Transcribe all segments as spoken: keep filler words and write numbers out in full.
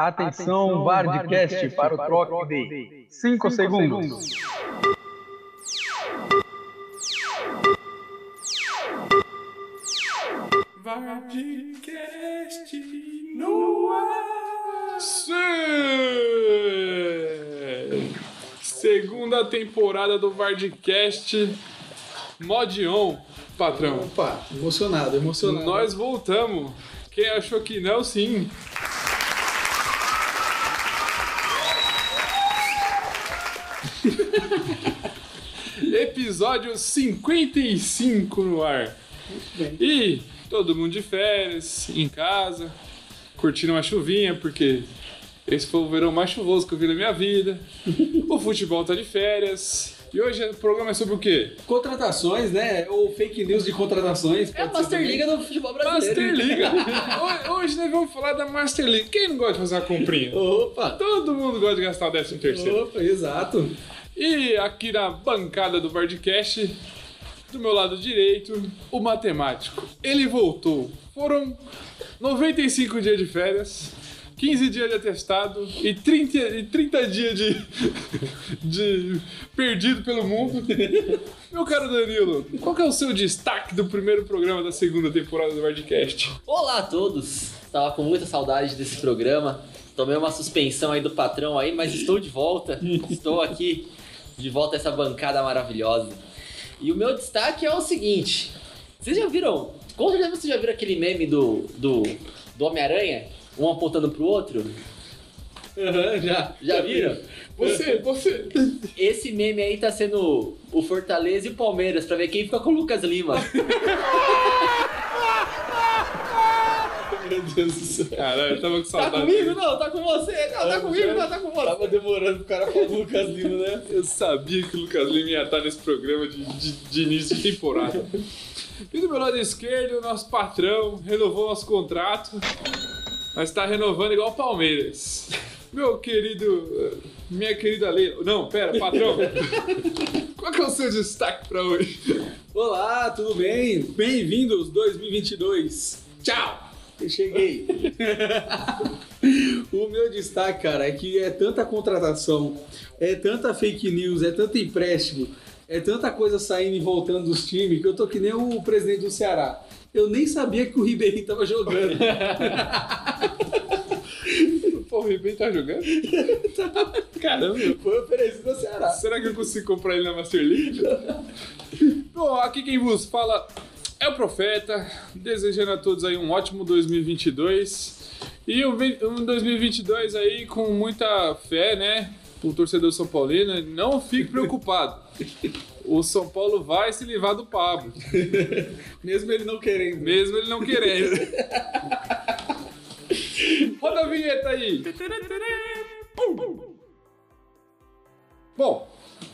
Atenção, Vardcast para o troque de cinco segundos. Vardcast no ar. Sim! Segunda temporada do Vardcast Mod On, patrão. Opa, emocionado, emocionado. Nós voltamos. Quem achou que não, sim. Episódio cinquenta e cinco no ar. Muito bem. E todo mundo de férias, em casa, curtindo uma chuvinha, porque esse foi o verão mais chuvoso que eu vi na minha vida. O futebol tá de férias. E hoje o programa é sobre o quê? Contratações, né? Ou fake news de contratações. É a Master Liga do futebol brasileiro. Master Liga. Hoje nós vamos falar da Master League. Quem não gosta de fazer uma comprinha? Opa! Todo mundo gosta de gastar o décimo terceiro. Opa, exato. E aqui na bancada do Vardcast, do meu lado direito, o matemático. Ele voltou. Foram noventa e cinco dias de férias, quinze dias de atestado e trinta, e trinta dias de, de perdido pelo mundo. Meu caro Danilo, qual que é o seu destaque do primeiro programa da segunda temporada do Vardcast? Olá a todos. Tava com muita saudade desse programa. Tomei uma suspensão aí do patrão aí, mas estou de volta. Estou aqui de volta a essa bancada maravilhosa. E o meu destaque é o seguinte. Vocês já viram? Com certeza vocês já viram aquele meme do, do, do Homem-Aranha? Um apontando pro outro? Uhum, já. Já viram? Você, você. Esse meme aí tá sendo o Fortaleza e o Palmeiras, pra ver quem fica com o Lucas Lima. Meu Deus do céu. Caralho, eu tava com Tá saudade. comigo? Não, tá com você. Não, tá comigo? Não, tá com você. Tava demorando pro cara falar do Lucas Lima, né? Eu sabia que o Lucas Lima ia estar nesse programa de, de, de início de temporada. E do meu lado esquerdo, o nosso patrão renovou nosso contrato, mas tá renovando igual o Palmeiras. Meu querido... Minha querida Leila... Não, pera, patrão. Qual que é o seu destaque pra hoje? Olá, tudo bem? Bem-vindos dois mil e vinte e dois. Tchau! Eu cheguei. O meu destaque, cara, é que é tanta contratação, é tanta fake news, é tanto empréstimo, é tanta coisa saindo e voltando dos times, que eu tô que nem o presidente do Ceará. Eu nem sabia que o Ribeirinho tava jogando. Pô, o Ribeirinho tá jogando? Caramba! Foi oferecido ao Ceará. Será que eu consigo comprar ele na Master League? Bom, aqui quem vos fala é o Profeta, desejando a todos aí um ótimo dois mil e vinte e dois. E um dois mil e vinte e dois aí com muita fé, né? Pro torcedor São Paulino, não fique preocupado. O São Paulo vai se livrar do Pablo. Mesmo ele não querendo. Mesmo ele não querendo. Roda a vinheta aí. Bom,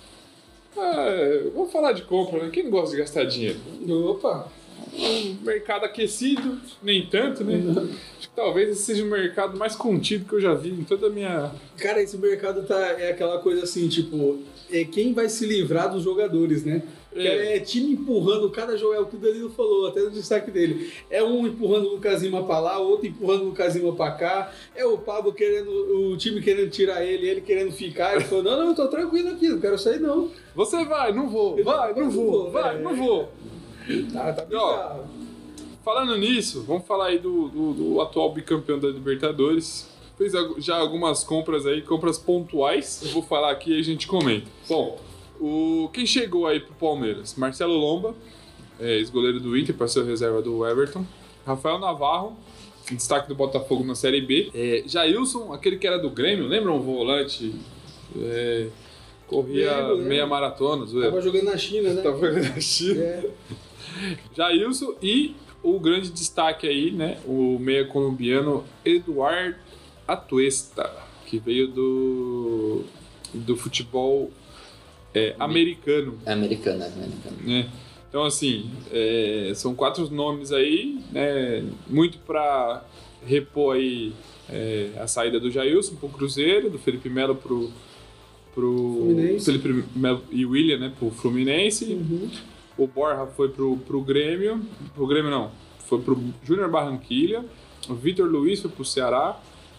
é, vamos falar de compra, né? Quem não gosta de gastar dinheiro? Opa! Um mercado aquecido, nem tanto, né? Acho que talvez esse seja o mercado mais contido que eu já vi em toda a minha... Cara, esse mercado tá, é aquela coisa assim, tipo, é quem vai se livrar dos jogadores, né? É, é time empurrando cada jogo, é o que o Danilo falou, até no destaque dele. É um empurrando o Lucas Lima pra lá, outro empurrando o Lucas Lima pra cá. É o Pablo querendo, o time querendo tirar ele, ele querendo ficar. Ele falou, não, não, eu tô tranquilo aqui, não quero sair não. Você vai, não vou, vai, não vou, vai, não vou. Tá, tá E, ó, falando nisso, vamos falar aí do, do, do atual bicampeão da Libertadores. Fez já algumas compras aí, compras pontuais. Eu vou falar aqui e a gente comenta. Bom, o, quem chegou aí pro Palmeiras? Marcelo Lomba, é, ex-goleiro do Inter, para ser reserva do Everton. Rafael Navarro, destaque do Botafogo na Série B. É, Jailson, aquele que era do Grêmio, lembra um volante? É, corria lembro, lembro. meia maratona. Tava jogando na China, né? Tava jogando na China. É. Jailson e o grande destaque aí, né? O meia colombiano Eduard Atuesta, que veio do, do futebol é, americano. Americano, americano. Né? Então, assim, é, são quatro nomes aí, né? Muito para repor aí é, a saída do Jailson pro Cruzeiro, do Felipe Melo pro, pro Felipe Melo e William, né? Pro Fluminense. Uhum. O Borja foi pro, pro Grêmio. Pro Grêmio não. Foi pro Júnior Barranquilla. O Vitor Luiz foi pro Ceará.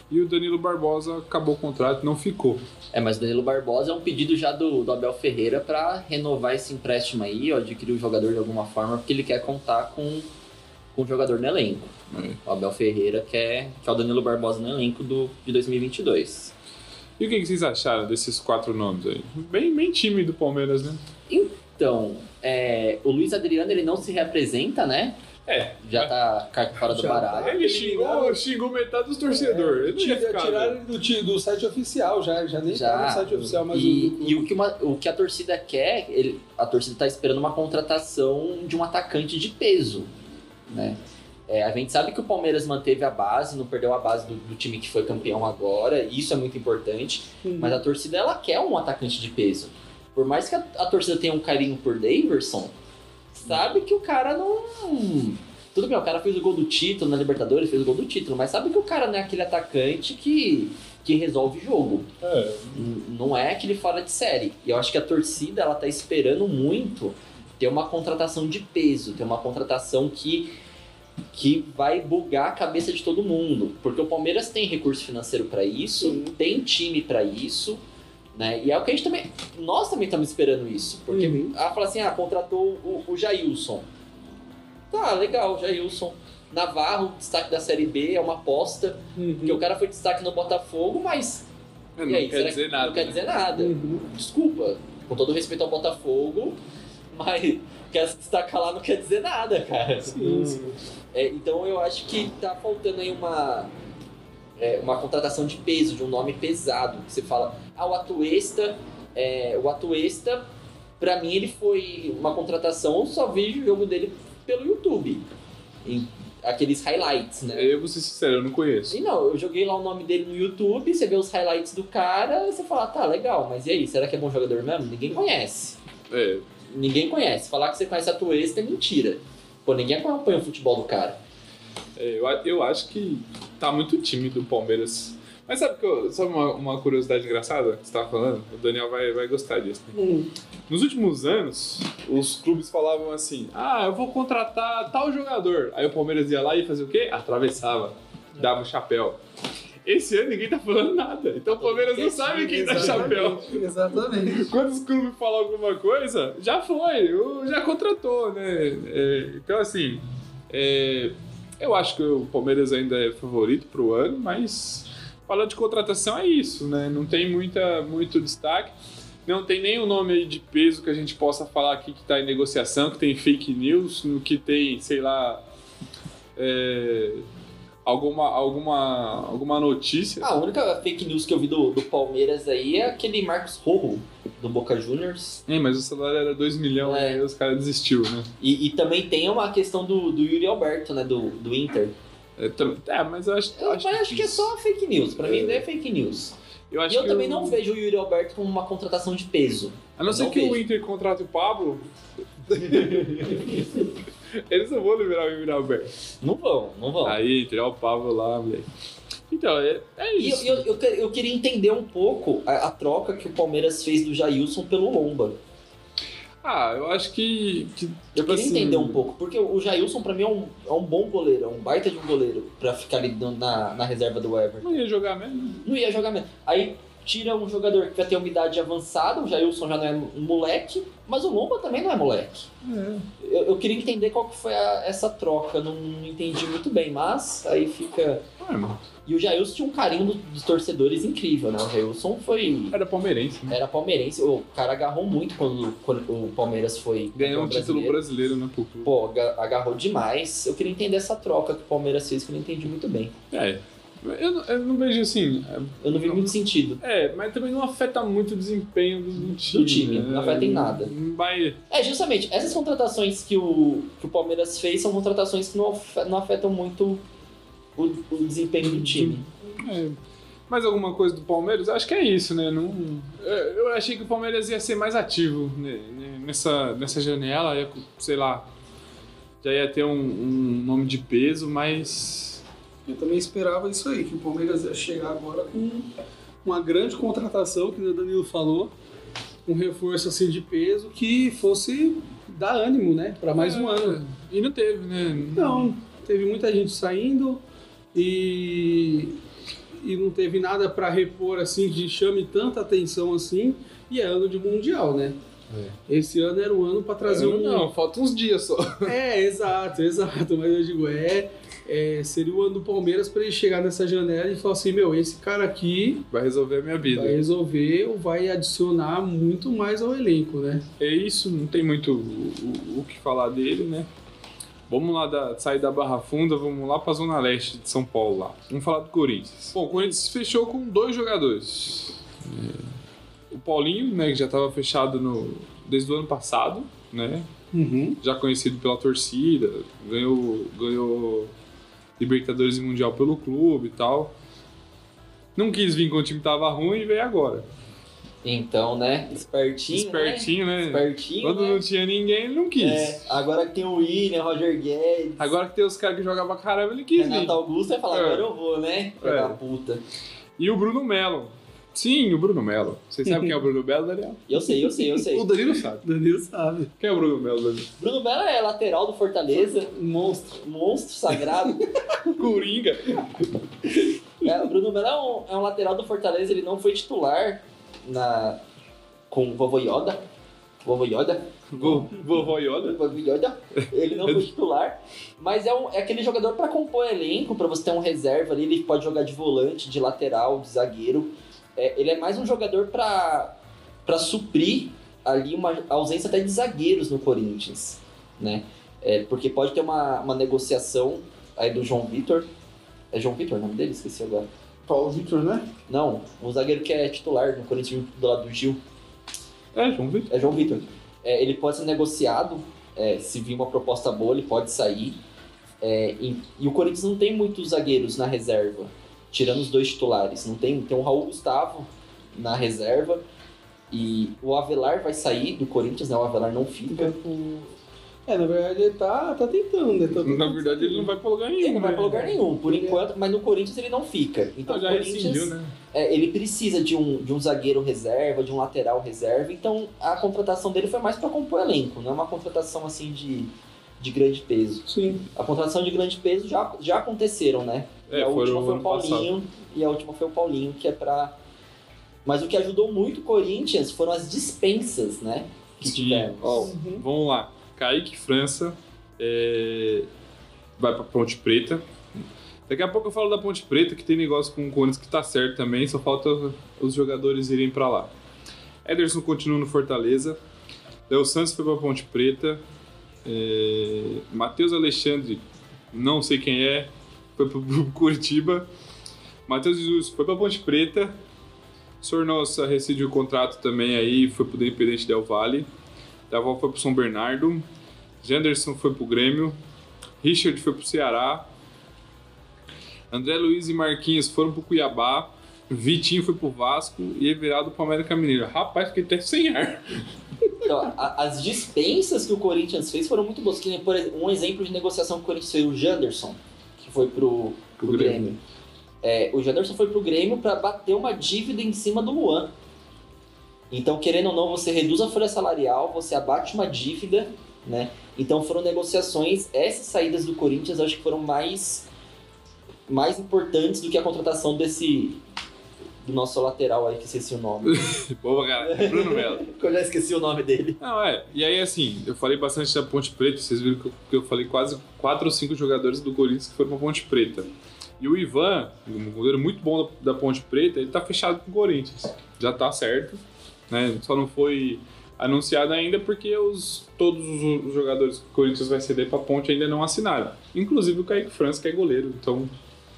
E o Danilo Barbosa acabou o contrato e não ficou. É, mas o Danilo Barbosa é um pedido já do, do Abel Ferreira para renovar esse empréstimo aí, ó, adquirir o jogador de alguma forma, porque ele quer contar com, com o jogador no elenco. É. O Abel Ferreira quer, quer o Danilo Barbosa no elenco do, de dois mil e vinte e dois. E o que vocês acharam desses quatro nomes aí? Bem, bem time do Palmeiras, né? Então, é, o Luiz Adriano ele não se representa, né? É. Já tá fora do baralho. Ele xingou, xingou metade dos torcedores. É, ele não ia ficar, tiraram ele do, do site oficial, já, já nem já, tá no site oficial. Mas e, o, e o, que uma, o que a torcida quer, ele, a torcida tá esperando uma contratação de um atacante de peso, né? É, a gente sabe que o Palmeiras manteve a base, não perdeu a base do, do time que foi campeão agora, isso é muito importante, uhum. Mas a torcida ela quer um atacante de peso. Por mais que a, a torcida tenha um carinho por Daverson, sabe que o cara não... Tudo bem, o cara fez o gol do título na Libertadores, fez o gol do título, mas sabe que o cara não é aquele atacante que, que resolve jogo. É. Não é aquele fora de série. E eu acho que a torcida ela tá esperando muito ter uma contratação de peso, ter uma contratação que... que vai bugar a cabeça de todo mundo, porque o Palmeiras tem recurso financeiro para isso, Sim. tem time para isso, né? E é o que a gente também, nós também estamos esperando isso, porque uhum. ela fala assim, ah, contratou o, o Jailson, tá, legal, Jailson, Navarro, destaque da Série B, é uma aposta, uhum. porque o cara foi destaque no Botafogo, mas é, não, aí, quer dizer que, nada, não quer né? dizer nada, uhum. Desculpa, com todo respeito ao Botafogo, mas quer se destacar lá não quer dizer nada, cara. Sim, sim. É, então eu acho que tá faltando aí uma, é, uma contratação de peso, de um nome pesado. Que você fala, ah, o Atuesta, é, o Atuesta, pra mim ele foi uma contratação, eu só vejo o jogo dele pelo YouTube. Em aqueles highlights, né? Eu vou ser sincero, eu não conheço. E não, eu joguei lá o nome dele no YouTube, você vê os highlights do cara, e você fala, tá, legal, mas e aí, será que é bom jogador mesmo? Ninguém conhece. É. Ninguém conhece. Falar que você conhece a Atuesta é mentira. Pô, ninguém acompanha o futebol do cara. É, eu, eu acho que tá muito tímido o Palmeiras. Mas sabe, que eu, sabe uma, uma curiosidade engraçada que você tava falando? O Daniel vai, vai gostar disso. Né? Hum. Nos últimos anos, os clubes falavam assim, ah, eu vou contratar tal jogador. Aí o Palmeiras ia lá e fazia o quê? Atravessava. Dava o chapéu. Esse ano ninguém tá falando nada. Então o Palmeiras não sabe quem dá chapéu. Exatamente. Quando os clubes falam alguma coisa, já foi, já contratou, né? É, então, assim, é, eu acho que o Palmeiras ainda é favorito pro ano, mas falando de contratação é isso, né? Não tem muita, muito destaque. Não tem nenhum nome aí de peso que a gente possa falar aqui que tá em negociação, que tem fake news, no que tem, sei lá... É, Alguma, alguma, alguma notícia? Ah, a única fake news que eu vi do, do Palmeiras aí é aquele Marcos Rojo, do Boca Juniors. É, mas o salário era dois milhões, é. Aí os caras desistiu, né? E, e também tem uma questão do, do Yuri Alberto, né, do, do Inter. É, é, mas eu acho, eu acho mas acho que é só fake news, pra é. mim não é fake news. Eu acho e eu que também eu... não vejo o Yuri Alberto como uma contratação de peso. A não ser que vejo. O Inter contrate o Pablo... Eles não vão liberar o Yuri Alberto. Não vão, não vão. Aí, tirar o Pablo lá, moleque. Então, é, é isso. E eu, eu, eu, eu queria entender um pouco a, a troca que o Palmeiras fez do Jailson pelo Lomba. Ah, eu acho que... que eu tipo queria assim... entender um pouco, porque o Jailson pra mim é um, é um bom goleiro, é um baita de um goleiro pra ficar ali na, na reserva do Everton. Não ia jogar mesmo. Não ia jogar mesmo. Aí tira um jogador que vai ter uma idade avançada, o Jailson já não é um moleque, mas o Lomba também não é moleque. É. Eu, eu queria entender qual que foi a, essa troca, não entendi muito bem, mas aí fica... É, e o Jailson tinha um carinho do, dos torcedores incrível, né? O Jailson foi... Era palmeirense, né? Era palmeirense. O cara agarrou muito quando, quando o Palmeiras foi... Ganhou um título brasileiro, né? Pô, agarrou demais. Eu queria entender essa troca que o Palmeiras fez, que eu não entendi muito bem. É. Eu não, eu não vejo assim... Eu não vi muito sentido. É, mas também não afeta muito o desempenho do, do time. Do time, né? Não afeta em nada. Vai... É, justamente, essas contratações que o, que o Palmeiras fez são contratações que não, não afetam muito o, o desempenho do time. É. Mais alguma coisa do Palmeiras? Acho que é isso, né? Não, eu achei que o Palmeiras ia ser mais ativo né? nessa, nessa janela, ia, sei lá, já ia ter um, um nome de peso, mas... Eu também esperava isso aí, que o Palmeiras ia chegar agora com uma grande contratação, que o Danilo falou, um reforço assim de peso que fosse dar ânimo, né, para mais é, um ano. E não teve, né? Não, teve muita gente saindo e, e não teve nada para repor assim que chame tanta atenção assim, e é ano de Mundial, né? É. Esse ano era o ano para trazer é, um... Não, falta uns dias só. É, exato, exato, mas eu digo, é... É, seria o ano do Palmeiras para ele chegar nessa janela e falar assim, meu, esse cara aqui vai resolver a minha vida. Vai resolver ou vai adicionar muito mais ao elenco, né? É isso, não tem muito o, o, o que falar dele, né? Vamos lá da, sair da Barra Funda, vamos lá para a Zona Leste de São Paulo lá. Vamos falar do Corinthians. Bom, o Corinthians fechou com dois jogadores. É, o Paulinho, né, que já estava fechado no, desde o ano passado, né? Uhum. Já conhecido pela torcida, ganhou, ganhou Libertadores e Mundial pelo clube e tal. Não quis vir quando o time tava ruim e veio agora. Então, né? Espertinho, Espertinho, né? né? Espertinho, Quando né? não tinha ninguém, ele não quis. É, agora que tem o William, Roger Guedes... Agora que tem os caras que jogam pra caramba, ele quis Renato vir. Augusto vai falar, É. agora eu vou, né? Filha É. da puta. E o Bruno Melo. Sim, o Bruno Melo. Vocês sabem quem é o Bruno Melo, Daniel? Eu sei, eu sei, eu sei. O Danilo sabe. Danilo sabe. Quem é o Bruno Melo, Danilo? Bruno Melo é lateral do Fortaleza. Um monstro. Monstro sagrado. Coringa. É, o Bruno Melo é um, é um lateral do Fortaleza, ele não foi titular na, com o Vovô Yoda. Vovô Yoda? Vo- Vovó Yoda. Vovô Yoda. Ele não foi titular, mas é, um, é aquele jogador para compor elenco, para você ter um reserva ali, ele pode jogar de volante, de lateral, de zagueiro. É, ele é mais um jogador para para suprir ali uma ausência até de zagueiros no Corinthians, né? É, porque pode ter uma, uma negociação aí do João Vitor. É João Vitor o nome dele? Esqueci agora. Paulo Vitor, né? Não, o zagueiro que é titular no Corinthians do lado do Gil. É, João Vitor. É João Vitor. É, ele pode ser negociado, é, se vir uma proposta boa, ele pode sair. É, e, e o Corinthians não tem muitos zagueiros na reserva, tirando os dois titulares. Não tem, tem o Raul Gustavo na reserva. E o Avelar vai sair do Corinthians, né? O Avelar não fica. É, na verdade ele tá, tá tentando, né? Tá tentando Na verdade, ele não vai pra lugar nenhum. Ele não vai né? pra lugar nenhum, por enquanto, mas no Corinthians ele não fica. Então Então, já o Corinthians, rescindiu, né? é, ele precisa de um, de um zagueiro reserva, de um lateral reserva, então a contratação dele foi mais pra compor elenco, não é uma contratação assim de, de grande peso. Sim. A contratação de grande peso já, já aconteceram, né? É, e a foram última foi o ano Paulinho, e a última foi o Paulinho, que é pra... Mas o que ajudou muito o Corinthians foram as dispensas, né? Que Sim. tivemos. Ó, Uhum. vamos lá. Kaique França é, vai pra Ponte Preta. Daqui a pouco eu falo da Ponte Preta, que tem negócio com o Corinthians que tá certo também, só falta os jogadores irem pra lá. Ederson continua no Fortaleza. Léo Santos foi pra Ponte Preta. É, Matheus Alexandre, não sei quem é, foi pro Curitiba. Matheus Jesus foi pra Ponte Preta. Sornossa rescindiu o contrato também aí, foi pro Independente Del Valle. Davó foi pro São Bernardo. Janderson foi pro Grêmio. Richard foi pro Ceará. André Luiz e Marquinhos foram pro Cuiabá. Vitinho foi pro Vasco e Everaldo pro América Mineiro. Rapaz, fiquei até sem ar. Então, a- as dispensas que o Corinthians fez foram muito boas. Que nem, por exemplo, um exemplo de negociação que o Corinthians fez, o Janderson, que foi pro, pro Pro Grêmio. Grêmio. É, o Janderson foi pro Grêmio para bater uma dívida em cima do Luan. Então, querendo ou não, você reduz a folha salarial, você abate uma dívida, né? Então foram negociações, essas saídas do Corinthians acho que foram mais, mais importantes do que a contratação desse do nosso lateral aí, que esqueci o nome. Boa, cara. Bruno Melo. Eu já esqueci o nome dele. Não, é. E aí, assim, eu falei bastante da Ponte Preta. Vocês viram que eu, que eu falei quase quatro ou cinco jogadores do Corinthians que foram pra Ponte Preta. E o Ivan, um goleiro muito bom da, da Ponte Preta, ele tá fechado com o Corinthians. Já tá certo, né? Só não foi anunciado ainda porque os, todos os jogadores que o Corinthians vai ceder pra Ponte ainda não assinaram. Inclusive o Kaique França, que é goleiro. Então,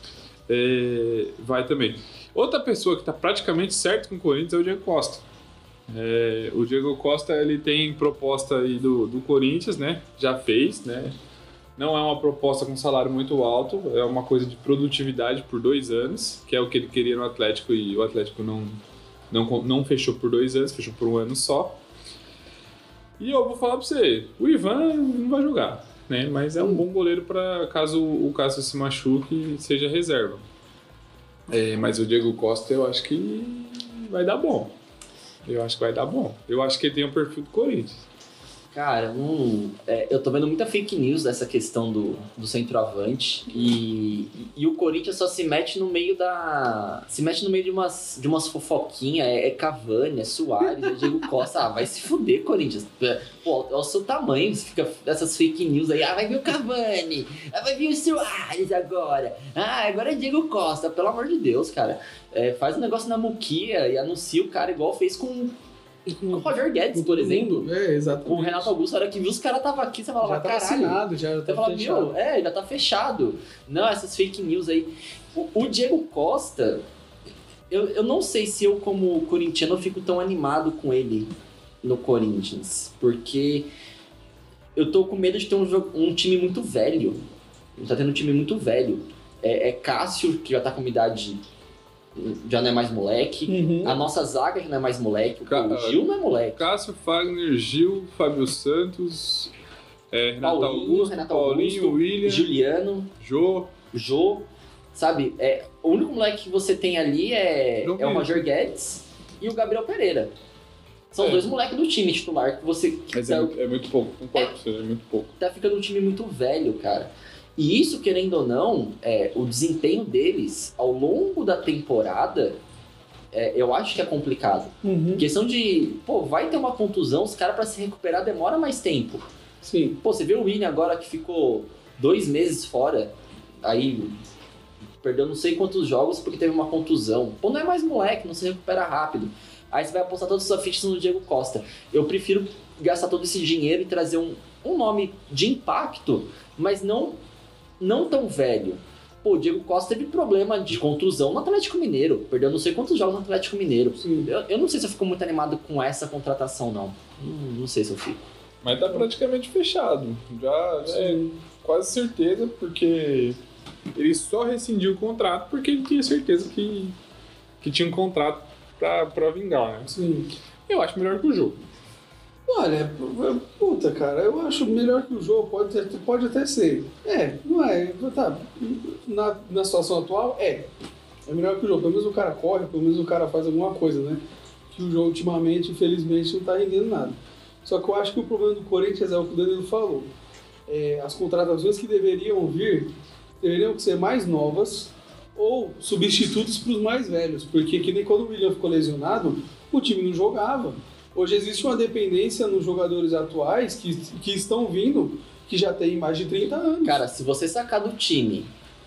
é, vai também. Outra pessoa que tá praticamente certo com o Corinthians é o Diego Costa. É, o Diego Costa, ele tem proposta aí do, do Corinthians, né? Já fez, né? Não é uma proposta com salário muito alto, é uma coisa de produtividade por dois anos, que é o que ele queria no Atlético e o Atlético não, não, não fechou por dois anos, fechou por um ano só. E eu vou falar pra você, o Ivan não vai jogar, né? Mas é um bom goleiro para caso o Cássio se machuque e seja reserva. É, mas o Diego Costa eu acho que vai dar bom. Eu acho que vai dar bom. Eu acho que ele tem o perfil do Corinthians. Cara, hum, é, eu tô vendo muita fake news dessa questão do, do centroavante e, e o Corinthians só se mete no meio da... Se mete no meio de umas, de umas fofoquinhas, é, é Cavani, é Suárez, é Diego Costa. Ah, vai se fuder, Corinthians. Pô, olha o seu tamanho, você fica dessas fake news aí. Ah, vai vir o Cavani, ah, vai vir o Suárez agora. Ah, agora é Diego Costa, pelo amor de Deus, cara. É, faz um negócio na muquia e anuncia o cara igual fez com... Com o Roger Guedes, por exemplo. É, exatamente. Com o Renato Augusto, a hora que viu os caras tava aqui, você falava, já tá caralho. assinado, já, já tá você falava, fechado. meu, é, já tá fechado. Não, essas fake news aí. O, o Diego Costa, eu, eu não sei se eu, como corintiano, fico tão animado com ele no Corinthians. Porque eu tô com medo de ter um, jogo, um time muito velho. Ele tá tendo um time muito velho. É, é Cássio, que já tá com uma idade... já não é mais moleque. Uhum. A nossa zaga já não é mais moleque. Ca- O Gil não é moleque. Cássio, Fagner, Gil, Fábio Santos, é, Renato Paulinho, Augusto, Renato Paulinho, Augusto, William, Juliano, Jô. Jô. Sabe, é, o único moleque que você tem ali é, João é o Vitor. Roger Guedes e o Gabriel Pereira. São os É. dois moleques do time titular que você que Mas tá, é, muito- é muito pouco, concordo com você, é muito pouco. tá ficando um time muito velho, cara. E isso, querendo ou não, é, o desempenho deles ao longo da temporada, é, eu acho que é complicado. Uhum. Questão de, pô, vai ter uma contusão, os caras pra se recuperar demora mais tempo. Sim. Pô, você vê o Willian agora que ficou dois meses fora, aí perdeu não sei quantos jogos porque teve uma contusão. Pô, não é mais moleque, não se recupera rápido. Aí você vai apostar todas as suas fichas no Diego Costa. Eu prefiro gastar todo esse dinheiro e trazer um, um nome de impacto, mas não, não tão velho. Pô, o Diego Costa teve problema de contusão no Atlético Mineiro. Perdeu não sei quantos jogos no Atlético Mineiro. Sim. Eu, eu não sei se eu fico muito animado com essa contratação, não. Hum, não sei se eu fico. Mas tá praticamente fechado. Já, já é Sim. quase certeza, porque ele só rescindiu o contrato porque ele tinha certeza que, que tinha um contrato pra, pra vingar, né? Sim. Eu acho melhor que o jogo. Olha, puta, cara, eu acho melhor que o jogo, pode, ter, pode até ser. É, não é, tá, na, na situação atual, é. É melhor que o jogo, pelo menos o cara corre, pelo menos o cara faz alguma coisa, né? Que o jogo, ultimamente, infelizmente, não tá rendendo nada. Só que eu acho que o problema do Corinthians é o que o Danilo falou. É, as contratações que deveriam vir, deveriam ser mais novas ou substitutos para os mais velhos, porque que nem quando o William ficou lesionado, o time não jogava. Hoje existe uma dependência nos jogadores atuais que, que estão vindo, que já tem mais de trinta anos. Cara, se você sacar do time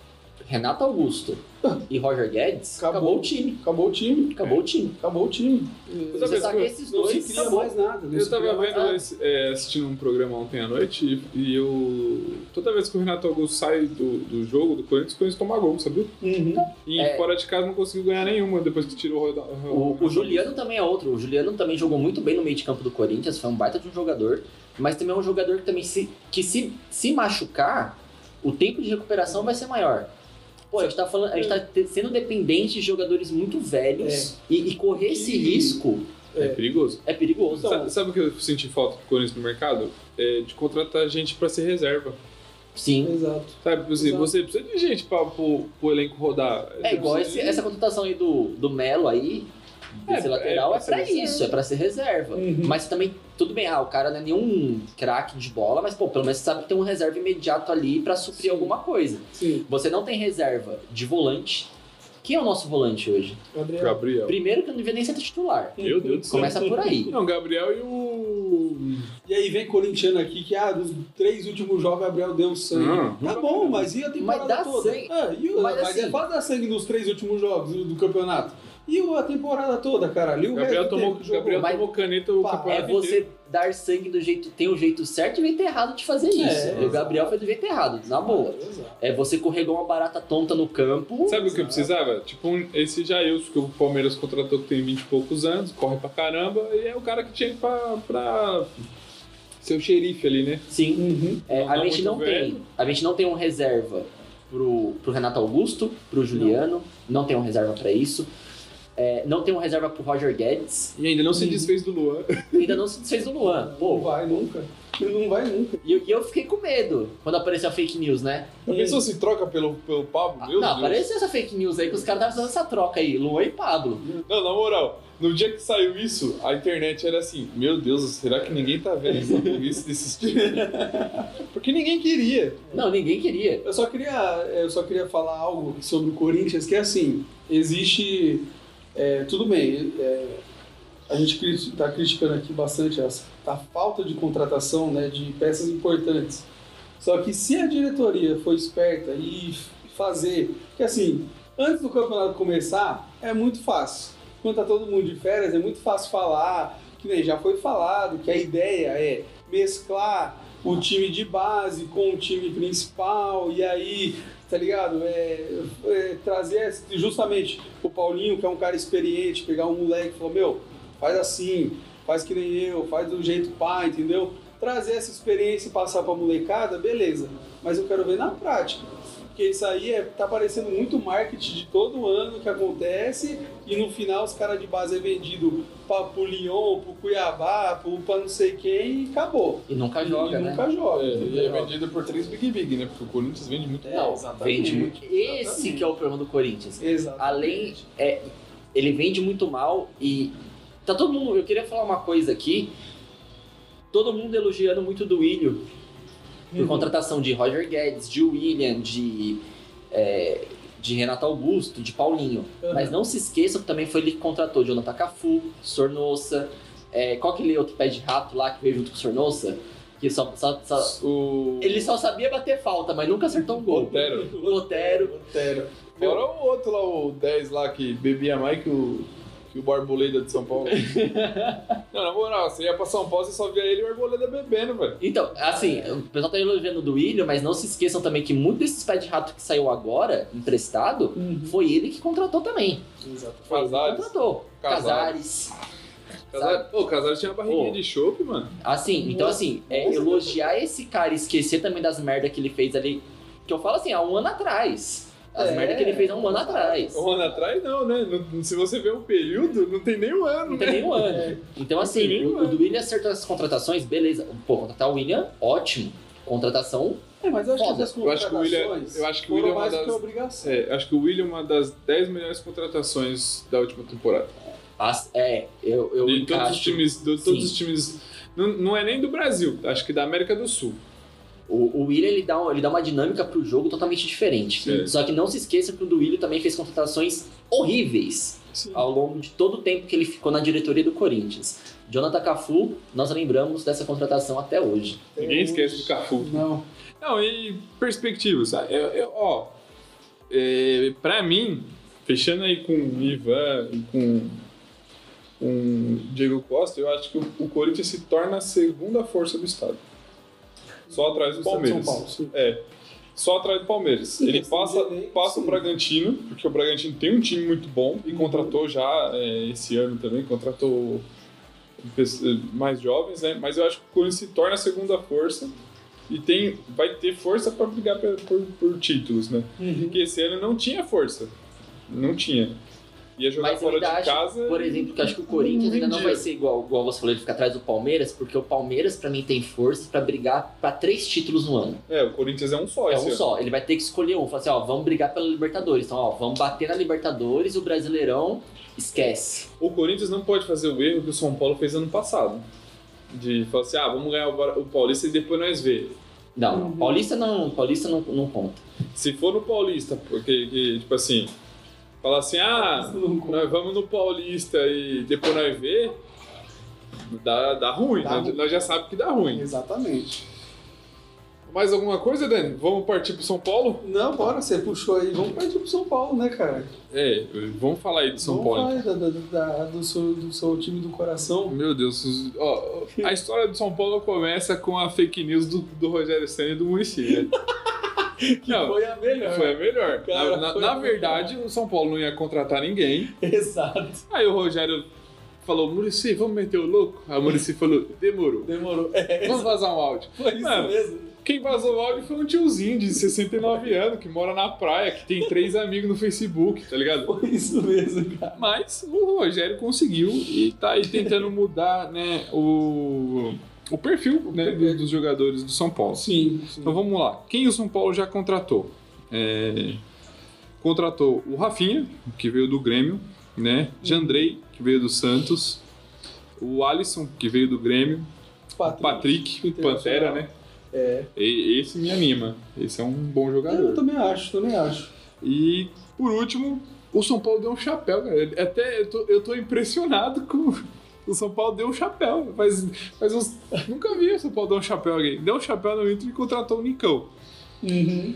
Renato Augusto e Roger Guedes, acabou, Acabou. o time. Acabou o time. Acabou o time. Acabou o time. Sabe Você esse saca que- esses Não dois, se cria acabou. mais nada. não Eu se tava cria mais vendo, nada. esse- é, assistindo um programa ontem à noite e, e eu. Toda vez que o Renato Augusto sai do, do jogo do Corinthians, o Corinthians toma gol, sabia? Uhum. E É. fora de casa não conseguiu ganhar nenhuma depois que tirou o Roda- O, o Juliano também é outro. O Juliano também jogou muito bem no meio de campo do Corinthians, foi um baita de um jogador, mas também é um jogador que também se, que se, se machucar, o tempo de recuperação vai ser maior. Pô, a gente tá, falando, a gente tá te- sendo dependente de jogadores muito velhos e, e correr esse E- risco É perigoso. é perigoso. Sa- Sabe o que eu senti falta do Corinthians no mercado? É de contratar gente pra ser reserva. Sim. Exato. Sabe, você, Exato. você precisa de gente pra pro, pro elenco rodar. É igual Você esse- precisa- essa contratação aí do, do Melo aí, desse É, lateral, é é pra pra ser isso, reserva. é pra ser reserva. Uhum. Mas também, tudo bem, ah, o cara não é nenhum craque de bola, mas pô, pelo menos você sabe que tem um reserva imediato ali pra suprir Sim. alguma coisa. Sim. Você não tem reserva de volante. Quem é o nosso volante hoje? Gabriel. Gabriel. Primeiro que eu não devia nem ser titular. Meu Deus do céu. Começa por aí. Não, Gabriel e o. E aí vem corintiano aqui que, ah, dos três últimos jogos, Gabriel deu sangue. Não, Tá não bom, mas e a temporada Mas dá toda? sangue. Ah, e o, Mas mas assim- é fácil dar sangue nos três últimos jogos do, do campeonato. E o- a temporada toda, caralho. E o Gabriel resto do tomou, tempo que jogou? Gabriel Mas- tomou caneta o Pá, É campeonato você inteiro. dar sangue do jeito. Tem um jeito certo e o jeito errado de fazer isso. É, e o Gabriel exato. fez do jeito errado, na boa. Exato. É você corregar uma barata tonta no campo. Sabe o que eu precisava? Tipo um, esse Jailson que o Palmeiras contratou que tem vinte e poucos anos, corre pra caramba, e é o cara que tinha pra, pra ser o xerife ali, né? Sim. Uhum. É, Não a tá gente muito não velho. tem. A gente não tem um reserva pro, pro Renato Augusto, pro Juliano, não, tem um reserva pra isso. É, não tem uma reserva pro Roger Guedes. E ainda não se desfez do Luan. Ainda não se desfez do Luan. Pô, Não vai nunca. Não vai nunca. E eu, e eu fiquei com medo quando apareceu a fake news, né? A pessoa se troca pelo, pelo Pablo? Ah, Meu não, Deus. apareceu essa fake news aí que os caras estavam fazendo essa troca aí, Luan e Pablo. Não, na moral, no dia que saiu isso, a internet era assim, meu Deus, será que ninguém tá vendo essa burrice desses times? Porque ninguém queria. Não, ninguém queria. Eu só queria, eu só queria falar algo sobre o Corinthians, que é assim, existe... É, tudo bem, é, a gente está criticando aqui bastante essa, a falta de contratação, né, de peças importantes. Só que se a diretoria for esperta e fazer... Porque assim, antes do campeonato começar, é muito fácil. Quando tá todo mundo de férias, é muito fácil falar, que nem já foi falado, que a ideia é mesclar o time de base com o time principal, e aí, tá ligado? É, é, trazer justamente o Paulinho, que é um cara experiente, pegar um moleque e falar, meu, faz assim, faz que nem eu, faz do jeito pai, entendeu? Trazer essa experiência e passar pra molecada, beleza. Mas eu quero ver na prática. Porque isso aí é, tá parecendo muito marketing de todo ano que acontece, e no final os caras de base é vendido pra, pro Lyon, pro Cuiabá, pro, pra não sei quem, e acabou. E nunca E, joga, e né? nunca joga. É, e é entendeu? vendido por três Big Big, né? Porque o Corinthians vende muito É, mal. exatamente. Vende muito. Esse Exatamente. que é o problema do Corinthians. Exatamente. Além, é, ele vende muito mal e tá todo mundo... Eu queria falar uma coisa aqui. Todo mundo elogiando muito do Willian por Uhum. contratação de Roger Guedes, de Willian, de, é, de Renato Augusto, de Paulinho. Uhum. Mas não se esqueçam que também foi ele que contratou Jonathan Cafu, Sornosa, é, qual aquele outro pé de rato lá que veio junto com o Sornosa? Que só, só, só- O... ele só sabia bater falta, mas nunca acertou um gol. Otero. O Otero. Otero. Fora o outro lá, o dez lá, que bebia mais que o, que o Barboleda de São Paulo. Não, na moral, você ia pra São Paulo, você só via ele e o Barboleda bebendo, velho. Então, assim, o pessoal tá elogiando do Willian, mas não se esqueçam também que muito desses pés de rato que saiu agora, emprestado, Uhum. foi ele que contratou também. Exato. Foi ele que Casares. contratou. Casares. Casares. Casares, pô, o Casares tinha uma barriguinha Pô. de chope, mano. Assim, então assim, é, elogiar esse cara e esquecer também das merdas que ele fez ali, que eu falo assim, há um ano atrás. As É, merdas que ele fez há um ano atrás. Um ano atrás, não, né? Não- se você ver um período, não tem nem um ano, Não né? tem nem um ano. Então Não assim, tem nem um o, o ano. do Willian acertou essas contratações, beleza. Pô, contratar o Willian, ótimo. Contratação, É, mas eu acho Foda. que essas Eu acho que o Willian- contratações eu acho que o foram Willian é uma mais do que das- obrigação. É, acho que o William é uma das dez melhores contratações da última temporada. as- é, eu, eu De todos os encaixo. times, de todos Sim. os times. Não, não é nem do Brasil, acho que da América do Sul. O, o Willian, ele dá, um- ele dá uma dinâmica pro jogo totalmente diferente. Sim. Só que não se esqueça que o do Willian também fez contratações horríveis Sim. ao longo de todo o tempo que ele ficou na diretoria do Corinthians. Jonathan Cafu, nós lembramos dessa contratação até hoje. Ninguém esquece do Cafu. Não. Não, e perspectivas, sabe? Eu, eu- ó, é, pra mim, fechando aí com o Ivan e com com o Diego Costa, eu acho que o, o Corinthians se torna a segunda força do estado. Só atrás do Do estado de Palmeiras. São Paulo, sim. É. Só atrás do Palmeiras. Sim, Ele questão passa, de elenco, passa o sim. Bragantino, porque o Bragantino tem um time muito bom e Uhum. contratou já é, esse ano também, contratou pessoas mais jovens, né? Mas eu acho que o Corinthians se torna a segunda força e tem, vai ter força para brigar por, por, por títulos, né? Uhum. Porque esse ano não tinha força. Não tinha. Ia jogar Mas eu fora de ainda acho, casa. por exemplo, que eu acho que o Corinthians ainda não vendia. vai ser igual, igual você falou, ele ficar atrás do Palmeiras, porque o Palmeiras, pra mim, tem força pra brigar pra três títulos no ano. É, o Corinthians é um só É esse um ano. só. Ele vai ter que escolher um. Falar assim, ó, vamos brigar pela Libertadores. Então, ó, vamos bater na Libertadores, o Brasileirão, esquece. O Corinthians não pode fazer o erro que o São Paulo fez ano passado. De falar assim, ah, vamos ganhar o Paulista e depois nós ver. Não, Uhum. Paulista não, Paulista não, não conta. Se for no Paulista, porque, que, tipo assim, falar assim, ah, nós vamos no Paulista e depois nós ver, dá, dá ruim, Dá nós, ruim. nós já sabemos que dá ruim. Exatamente. Mais alguma coisa, Dani? Vamos partir pro São Paulo? Não, bora, você puxou aí. Vamos partir pro São Paulo, né, cara? É, vamos falar aí do São Vamos Paulo. falar da, da- da- do, seu, do seu time do coração. Meu Deus, os- ó, a história do São Paulo começa com a fake news do, do Rogério Ceni e do Muricy, né? Que Não, foi a melhor. Foi a melhor. Cara, na na- foi na a verdade, o São Paulo não ia contratar ninguém. Exato. Aí o Rogério falou, Muricy, vamos meter o louco? Aí o Muricy falou, demorou. Demorou. É, Vamos vazar um áudio. foi isso Mano, mesmo. Quem vazou o áudio foi um tiozinho de sessenta e nove anos, que mora na praia, que tem três amigos no Facebook, tá ligado? Foi isso mesmo, cara. Mas o Rogério conseguiu e tá aí tentando mudar, né, o, o perfil, né, do- dos jogadores do São Paulo. Sim, sim. Então vamos lá. Quem o São Paulo já contratou? É, Contratou o Rafinha, que veio do Grêmio, né? Jandrei, que veio do Santos. O Alisson, que veio do Grêmio. Patrick, Patrick, Internacional. Pantera, né? É. E- esse me anima. Esse é um bom Eu jogador. também acho, também acho. E, por último, o São Paulo deu um chapéu, cara. Até eu tô, eu tô impressionado com... O São Paulo deu um chapéu. Faz, faz uns... Nunca vi o São Paulo dar um chapéu a alguém. Deu um chapéu no Inter e contratou o Nicão. Uhum.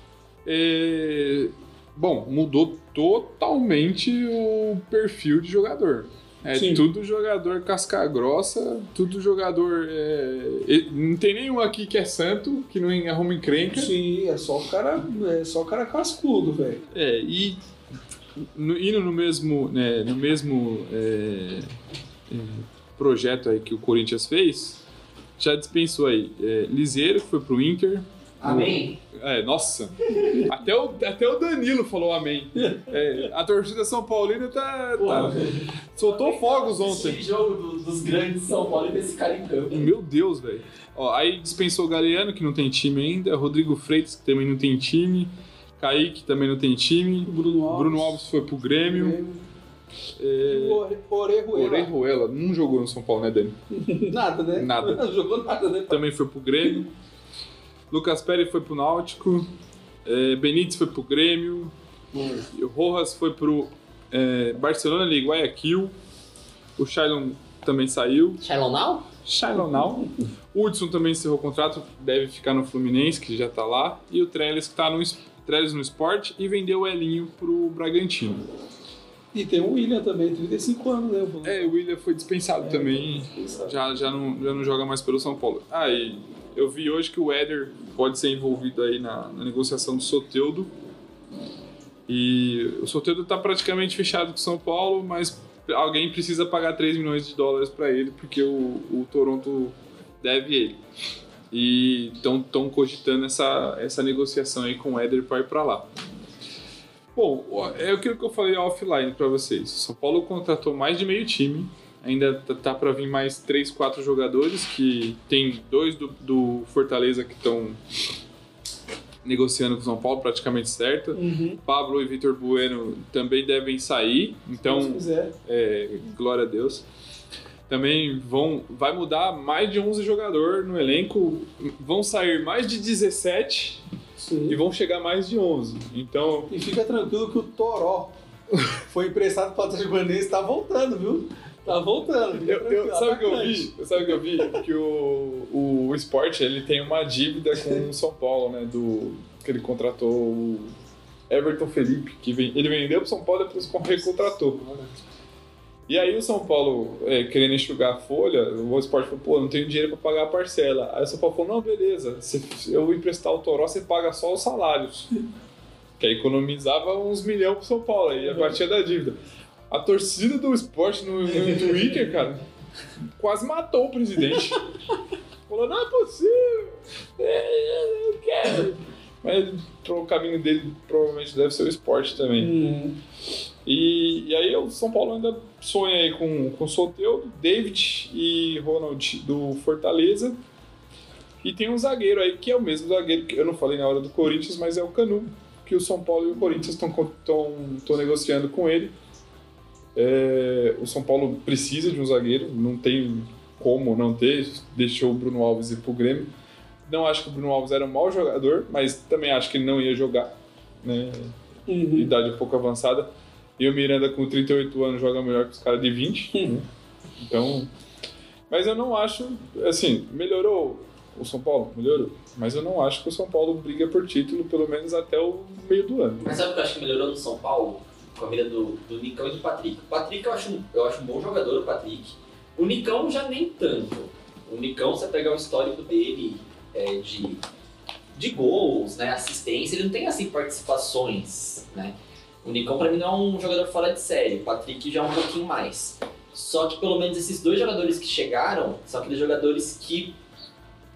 É, Bom, mudou totalmente o perfil de jogador. É Sim. tudo jogador casca grossa, tudo jogador... é, e- Não tem nenhum aqui que é santo, que não arruma encrenca. Sim, é só o cara, é só o cara cascudo, velho. É, e no, indo no mesmo, né, no mesmo é, é, projeto aí que o Corinthians fez, já dispensou aí é, Liseiro, que foi pro Inter. Amém? É, nossa, até o, até o Danilo falou amém. É, a torcida São Paulina tá, tá- soltou fogos ontem. Esse jogo do- dos grandes de São Paulo e desse cara em campo. Meu Deus, velho. Ó, aí dispensou o Galeano, que não tem time ainda, Rodrigo Freitas, que também não tem time, Kaique, que também não tem time, O Bruno Alves. Bruno Alves foi pro Grêmio. E o Ore- Orejuela. Orejuela não jogou no São Paulo, né, Dani? Nada, né? Nada. Não jogou nada, né? Também foi pro Grêmio. Lucas Pérez foi pro Náutico. É, Benítez foi pro Grêmio. E o Rojas foi pro é, Barcelona de Guayaquil. O Shailon também saiu. Shailon Now? Shailon não. O Hudson também encerrou o contrato, deve ficar no Fluminense, que já tá lá. E o Trellis, que tá no, Trellis no Sport, e vendeu o Elinho pro Bragantino. E tem o William também, trinta e cinco anos, né? O É, o William foi dispensado também. Já, já, não, já não joga mais pelo São Paulo. Ah, e eu vi hoje que o Éder pode ser envolvido aí na, na negociação do Soteldo. E o Soteldo tá praticamente fechado com o São Paulo, mas alguém precisa pagar três milhões de dólares para ele, porque o, o Toronto deve ele. E estão cogitando essa, essa negociação aí com o Éder para ir para lá. Bom, é aquilo que eu falei offline para vocês. O São Paulo contratou mais de meio time. Ainda tá, tá para vir mais três, quatro jogadores, que tem dois do, do Fortaleza que estão negociando com o São Paulo, praticamente certo. Uhum. Pablo e Vitor Bueno também devem sair, Se então, quiser. é, glória a Deus. Também vão, vai mudar mais de onze jogadores no elenco, vão sair mais de dezessete Sim. e vão chegar mais de onze. Então, E fica tranquilo que o Toró foi emprestado para o Atlético Goianiense, tá voltando, viu? Tá voltando. fica eu, eu, tranquilo, sabe o que eu atacante. vi? Sabe o que eu vi? Que o, o, o Sport, ele tem uma dívida com o São Paulo, né? Do, que ele contratou o Everton Felipe, que vem, ele vendeu pro São Paulo e depois recontratou. E aí o São Paulo, é, querendo enxugar a folha, o Sport falou, pô, não tenho dinheiro para pagar a parcela. Aí o São Paulo falou, não, beleza, se eu emprestar o Toró, você paga só os salários. Que aí economizava uns milhões pro São Paulo, aí a partir da dívida. A torcida do Sport no, no Twitter, cara, quase matou o presidente. Falou, não é possível, eu não quero. Mas o caminho dele provavelmente deve ser o Sport também. Uhum. E, e aí o São Paulo ainda sonha aí com, com Soteldo, David e Ronald do Fortaleza. E tem um zagueiro aí, que é o mesmo zagueiro que eu não falei na hora do Corinthians, mas é o Canu, que o São Paulo e o Corinthians estão negociando com ele. É, o São Paulo precisa de um zagueiro, não tem como não ter, deixou o Bruno Alves ir pro Grêmio. Não acho que o Bruno Alves era um mau jogador, mas também acho que ele não ia jogar, né? Uhum. Idade um pouco avançada. E o Miranda com trinta e oito anos joga melhor que os caras de vinte. Uhum. Então, mas eu não acho, assim, melhorou o São Paulo? Melhorou. Mas eu não acho que o São Paulo briga por título, pelo menos até o meio do ano. Mas sabe o que eu acho que melhorou no São Paulo? Com a vida do, do Nicão e do Patrick. O Patrick eu acho, eu acho um bom jogador, o Patrick. O Nicão já nem tanto. O Nicão, você pegar o histórico dele é, de, de gols, né, assistência, ele não tem assim participações, né? O Nicão pra mim não é um jogador fora de série, o Patrick já é um pouquinho mais. Só que pelo menos esses dois jogadores que chegaram são aqueles jogadores que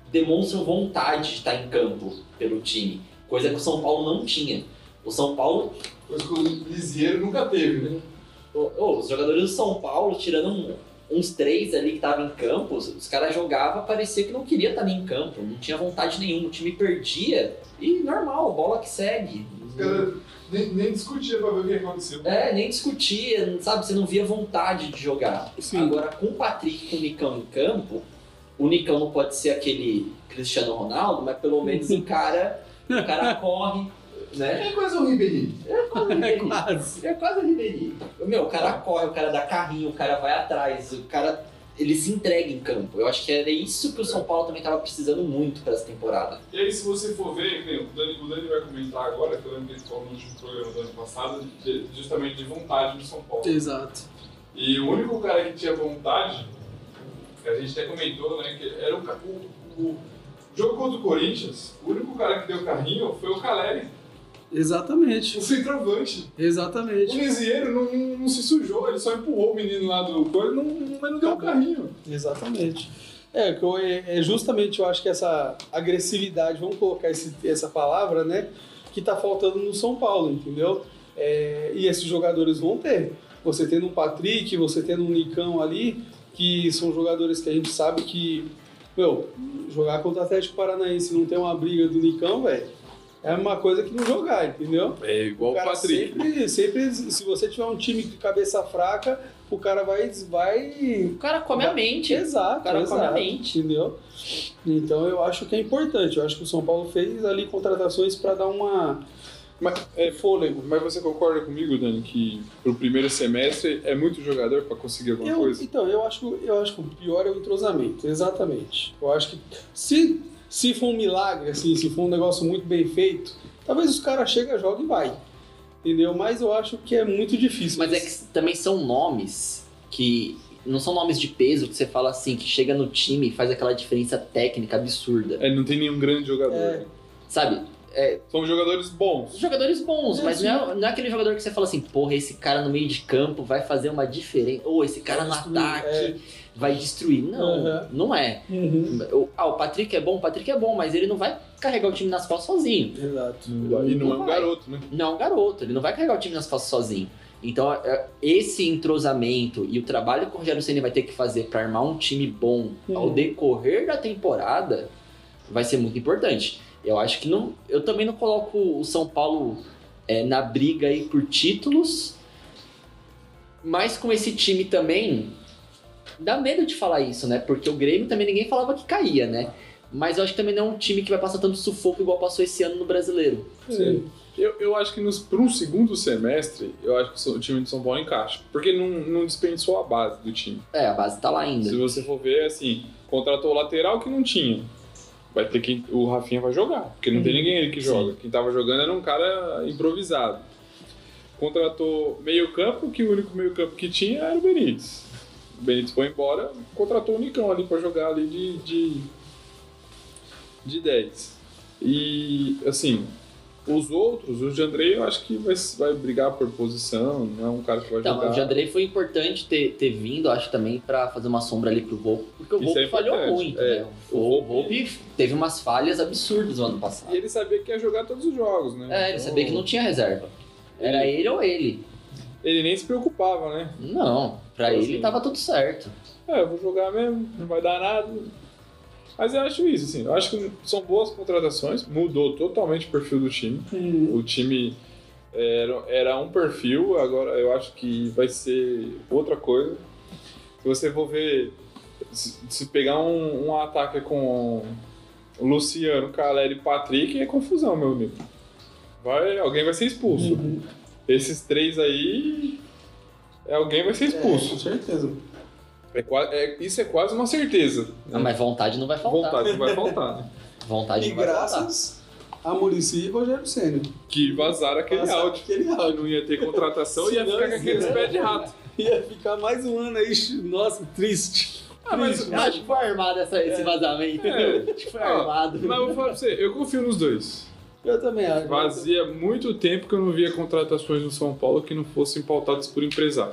demonstram vontade de estar em campo pelo time, coisa que o São Paulo não tinha. O São Paulo... Coisa que o Lisieiro nunca teve, né? Oh, oh, os jogadores do São Paulo, tirando um, uns três ali que estavam em campo, os, os caras jogavam, parecia que não queria estar nem em campo, não tinha vontade nenhuma, o time perdia e normal, bola que segue. Os caras nem, nem discutiam pra ver o que aconteceu. É, nem discutia, sabe? Você não via vontade de jogar. Sim. Agora, com o Patrick e com o Nicão em campo, o Nicão não pode ser aquele Cristiano Ronaldo, mas pelo menos o cara, o cara corre, né? É quase um Ribéry. É quase o É Ribéry. quase. É quase o Ribéry. Meu, o cara corre, o cara dá carrinho, o cara vai atrás, o cara... Ele se entrega em campo. Eu acho que era isso que o São Paulo também estava precisando muito para essa temporada. E aí, se você for ver, o Dani, o Dani vai comentar agora, que eu lembro que ele falou no último programa do ano passado, de, justamente de vontade no São Paulo. Exato. E o único cara que tinha vontade, que a gente até comentou, né, que era o, o, o jogo contra o Corinthians, o único cara que deu carrinho foi o Caleri, Exatamente. o centroavante. O Exatamente. Lisieiro não, não, não se sujou, ele só empurrou o menino lá do coelho, não, não, mas não deu carrinho. Exatamente. É, que eu- é é justamente, eu acho que essa agressividade, vamos colocar esse- essa palavra, né, que tá faltando no São Paulo, entendeu? É, e esses jogadores vão ter. Você tendo um Patrick, você tendo um Nicão ali, que são jogadores que a gente sabe que, meu, jogar contra o Atlético Paranaense e não ter uma briga do Nicão, velho, é uma coisa que não jogar, entendeu? É igual o, cara Patrick. Sempre, sempre, se você tiver um time de cabeça fraca, o cara vai... vai O cara come a mente. Exato, O cara come a exato, mente. entendeu? Então eu acho que é importante. Eu acho que o São Paulo fez ali contratações para dar uma Mas, é, fôlego. Mas você concorda comigo, Dani, que pro primeiro semestre é muito jogador para conseguir alguma eu, coisa? então eu acho, eu acho que o pior é o entrosamento, exatamente. Eu acho que se se for um milagre assim, se for um negócio muito bem feito, talvez os caras chegam, jogam e vai. Entendeu? Mas eu acho que é muito difícil. Mas é que também são nomes que não são nomes de peso que você fala assim, que chega no time e faz aquela diferença técnica absurda. É, não tem nenhum grande jogador. É. Sabe? É, São jogadores bons. jogadores bons, É, mas sim. não é, não é aquele jogador que você fala assim, porra, esse cara no meio de campo vai fazer uma diferença. Ou esse cara no Vai destruir, ataque é. vai destruir. Não, Uhum. não é. Uhum. O, ah, o Patrick é bom, o Patrick é bom, mas ele não vai carregar o time nas costas sozinho. Exato. E não é um vai. garoto, né? Não é um garoto, ele não vai carregar o time nas costas sozinho. Então, é- esse entrosamento e o trabalho que o Rogério Ceni vai ter que fazer para armar um time bom ao Uhum. decorrer da temporada vai ser muito importante. Eu acho que não. Eu também não coloco o São Paulo é, na briga aí por títulos, mas com esse time também dá medo de falar isso, né? Porque o Grêmio também ninguém falava que caía, né? Mas eu acho que também não é um time que vai passar tanto sufoco igual passou esse ano no Brasileiro. Sim. Eu, eu acho que para um segundo semestre, eu acho que o time de São Paulo encaixa. Porque não, não desperdiçou a base do time. É, a base tá lá ainda. Se você for ver, assim, contratou o lateral que não tinha. Vai ter que. O Rafinha vai jogar, porque não tem ninguém ali que joga. Quem tava jogando era um cara improvisado. Contratou meio-campo, que o único meio-campo que tinha era o Benítez. O Benítez foi embora, contratou o Nicão ali pra jogar ali de. de, de dez. E assim, os outros, o Jandrei, eu acho que vai, vai brigar por posição, não é um cara que vai Então, jogar. o Jandrei foi importante ter, ter vindo, acho também, pra fazer uma sombra ali pro Volpe, porque o Isso Volpe é falhou importante, muito, é. né? O O, Volpe- Volpe teve umas falhas absurdas no ano passado. E ele sabia que ia jogar todos os jogos, né? É, ele Então, sabia que não tinha reserva. Era ele ou ele. Ele nem se preocupava, né? Não, pra Assim. ele tava tudo certo. É, eu vou jogar mesmo, não vai dar nada. Mas eu acho isso, assim, eu acho que são boas contratações, mudou totalmente o perfil do time. Uhum. O time era, era um perfil, agora eu acho que vai ser outra coisa. Se você for ver, se, se pegar um, um ataque com o Luciano, Caleri e Patrick, é confusão, meu amigo. Vai, alguém vai ser expulso. Uhum. Esses três aí, alguém vai ser É, expulso. com certeza. É, qua- é- isso é quase uma certeza. Ah, mas vontade não vai faltar. Vontade não vai faltar, né? Vontade E não vai faltar. graças a Muricy e Rogério Ceni. Que vazaram aquele Vazaram áudio. aquele Que áudio. não ia ter contratação e ia Senão ficar com aqueles ia- pés de rato. Ia ficar mais um ano aí, nossa, triste. Ah, mas- Triste. Eu acho que foi armado essa- esse vazamento. É. Acho que foi Ó, armado. Mas eu vou falar pra você, eu confio nos dois. Eu também acho. Fazia muito tempo que eu não via contratações no São Paulo que não fossem pautadas por empresários.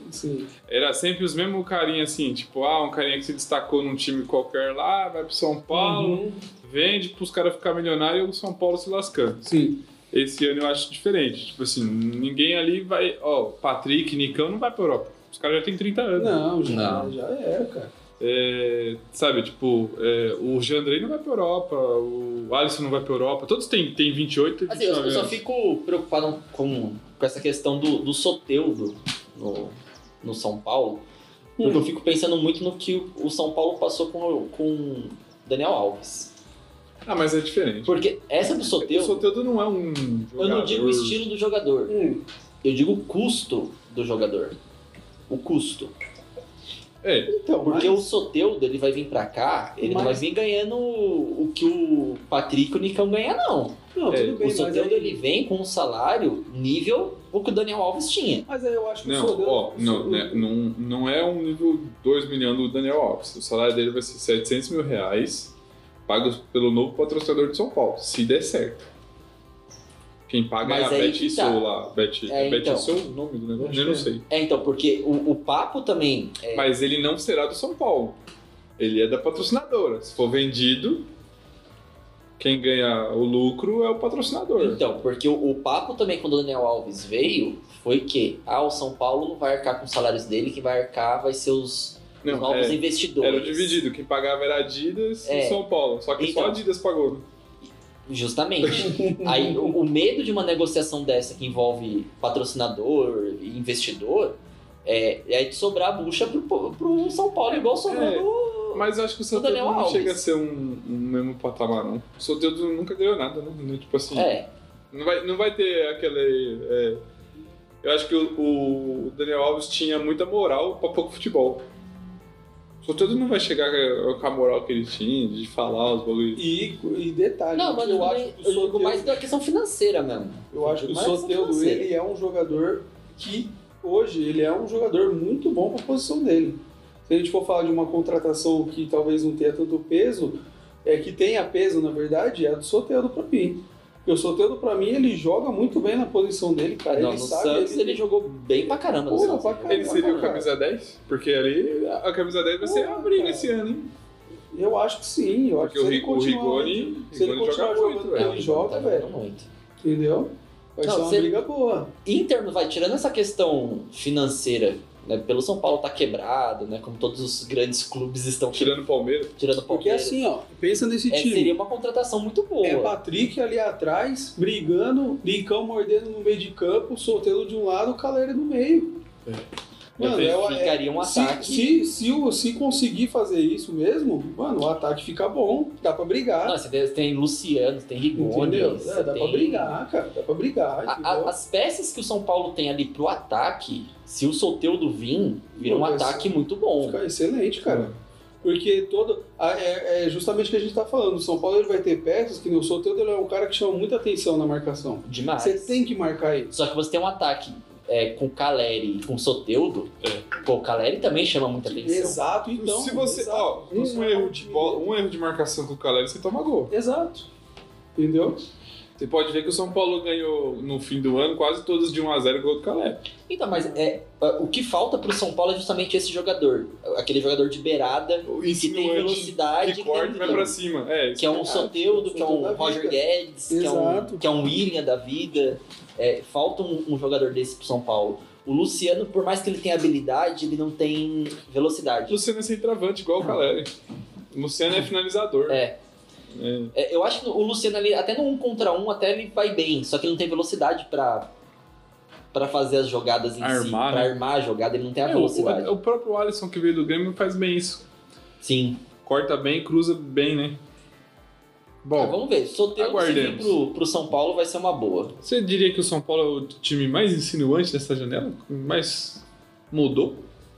Sim. Era sempre os mesmos carinha assim, tipo, ah, um carinha que se destacou num time qualquer lá, vai pro São Paulo, Uhum. vende pros caras ficar milionários e o São Paulo se lascando. Sim. Esse ano eu acho diferente. Tipo assim, ninguém ali vai. Ó, Patrick, Nicão não vai pra Europa. Os caras já têm trinta anos. Não, já, Não. já era, cara. É, sabe, tipo, é, o Jandrei não vai pra Europa, o Alisson não vai pra Europa. Todos têm, têm vinte e oito e Assim, eu, vinte e nove eu só anos. fico preocupado com, com essa questão do, do Soteldo no, no São Paulo, porque Hum. eu fico pensando muito no que o, o São Paulo passou com com Daniel Alves. Ah, mas é diferente. Porque essa do O Soteldo, Soteldo não é um eu não digo o jogador- estilo do jogador, Hum. eu digo o custo do jogador. O custo. É, Então, Porque mas... o Soteldo, ele vai vir pra cá, ele não vai Mas- vir ganhando o, o que o Patrick e o Nicão ganham, não. Não, É, tudo bem, O mas Soteldo, aí... ele vem com um salário nível o que o Daniel Alves tinha. Mas aí eu acho que o não, Soteldo... ó, não, né, não, não é um nível dois milhões do Daniel Alves. O salário dele vai ser setecentos mil reais, pagos pelo novo patrocinador de São Paulo, se der certo. Quem paga Mas é a aí Bet que tá. Soul lá. Bet, É, é Bet então. Soul o nome do negócio? Acho Eu não que é. sei. É, então, porque o, o papo também... é- Mas ele não será do São Paulo. Ele é da patrocinadora. Se for vendido, quem ganha o lucro é o patrocinador. Então, porque o, o papo também quando o Daniel Alves veio foi que ah, o São Paulo não vai arcar com os salários dele, quem vai arcar vai ser os, os Não, novos é, investidores. era o dividido. Quem pagava era Adidas É. e São Paulo. Só que Então. só a Adidas pagou. Justamente. Aí o, o medo de uma negociação dessa que envolve patrocinador e investidor é, é de sobrar a bucha pro, pro São Paulo, igual sobrou É. no- Mas eu acho que o O Soteldo Daniel não Alves. chega a ser um, um mesmo patamar, não. O Soteldo nunca ganhou nada, né? Tipo assim, É, não, vai, não vai ter aquele... é, eu acho que o, o Daniel Alves tinha muita moral pra pouco futebol. O Soteldo não vai chegar com a moral que ele tinha, de falar os bagulhos. E, e detalhe, não, mas eu, eu, acho eu, que o eu digo Soteldo, mais da questão financeira mesmo. eu acho que o Mais da questão Soteldo, financeira. ele é um jogador que hoje ele é um jogador muito bom para a posição dele. Se a gente for falar de uma contratação que talvez não tenha tanto peso, é que tenha peso na verdade, é a do Soteldo para mim. Porque o Soteldo para mim ele joga muito bem na posição dele, cara. Não, ele no sabe, Santos ele, jogou bem pra caramba. No Pô, Santos. pra caramba. Ele seria o cara. camisa dez? Porque ali a camisa dez vai ser a briga Cara. esse ano, hein? Eu acho que sim, eu acho Porque que o se ele Rig- o continuar, Rigoni, se ele Rigoni continuar joga jogando muito, o que velho. ele joga, Tá velho, jogando muito. entendeu? Vai Não, ser uma se- briga boa. Inter, vai tirando essa questão financeira, né, pelo São Paulo tá quebrado, né, como todos os grandes clubes estão Tirando o Palmeiras. tirando o Porque Palmeiras. assim, ó, pensa nesse É, time. seria uma contratação muito boa. É Patrick ali atrás, brigando, Nicão mordendo no meio de campo, Soteldo de um lado, o Caleri no meio. Mano, Mas é, ficaria um se, ataque. Se, se, o- se conseguir fazer isso mesmo, mano, o ataque fica bom, dá pra brigar. Não, você tem- tem Luciano, tem Rigoni. Entendeu? você É, dá tem- pra brigar, cara, dá pra brigar. A- entendeu? a- as peças que o São Paulo tem ali pro ataque, se o Soteldo vir, vira um Pô, vai ataque ser- muito bom. Fica excelente, cara. Porque todo. a- É, é justamente o que a gente tá falando. O São Paulo ele vai ter peças que nem o Soteldo ele é um cara que chama muita atenção na marcação. Demais. Você tem que marcar ele. Só que você tem um ataque é, com Caleri e com Soteldo, pô, o Caleri também chama muita atenção. Exato, então. Se você. exato. Ó, um Isso é erro, um de time bola, dele. um erro de marcação com o Caleri, você toma gol. Exato. Entendeu? Você pode ver que o São Paulo ganhou no fim do ano quase todos de um a zero gol do Caleri. Então, mas é, o que falta pro São Paulo é justamente esse jogador. Aquele jogador de beirada, O que tem insinuante velocidade, que que, corta tem e vai pra cima. É, que é um Verdade, Soteldo, que é um Soteldo da Roger vida. Guedes, que é um, Exato. que é um William da vida. É, falta um, um jogador desse pro São Paulo. O Luciano, por mais que ele tenha habilidade, ele não tem velocidade. O Luciano é centroavante, igual o Caleri. O Luciano é finalizador. É, É. é, eu acho que o Luciano ali, até no um contra um, até ele vai bem, só que ele não tem velocidade pra, pra fazer as jogadas em si, Armar, pra né? armar a jogada, ele não tem a É, velocidade. o, o próprio Alisson que veio do Grêmio faz bem isso. Sim. Corta bem, cruza bem, né? Bom, Mas vamos ver, Soteldo se vir aguardemos. pro, pro São Paulo vai ser uma boa. você diria que o São Paulo é o time mais insinuante dessa janela? Mais mudou?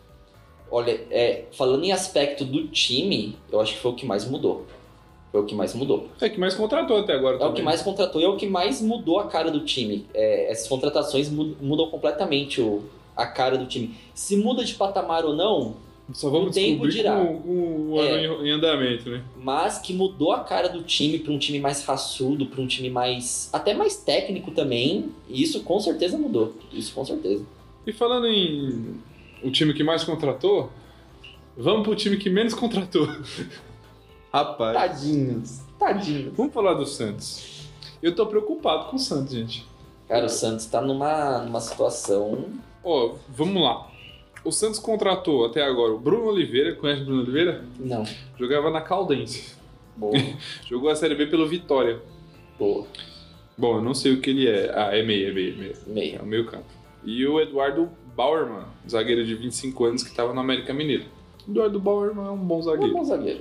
Olha, é, falando em aspecto do time, eu acho que foi o que mais mudou. Foi o que mais mudou. É que mais contratou até agora É também. o que mais contratou e é o que mais mudou a cara do time. É, essas contratações mu- mudam completamente o, a cara do time. Se muda de patamar ou não, Só vamos o tempo descobrir dirá. com, com o ano É. em, em andamento, né? mas que mudou a cara do time para um time mais raçudo, para um time mais. Até mais técnico também. E isso com certeza mudou. Isso com certeza. E falando em o time que mais contratou? Vamos pro time que menos contratou. Rapaz. Tadinhos. Tadinhos. Vamos falar do Santos. Eu tô preocupado com o Santos, gente. Cara, o Santos tá numa, numa situação... Ó, vamos lá. O Santos contratou até agora o Bruno Oliveira. Conhece o Bruno Oliveira? Não. Jogava na Caldense. Boa. Jogou a Série B pelo Vitória. Boa. Bom, eu não sei o que ele é. Ah, é meia, é meia, meia. Meia. É o meio campo. E o Eduardo Bauerman, zagueiro de vinte e cinco anos que estava no América Mineiro. O Eduardo Bauerman é um bom zagueiro. Um bom zagueiro.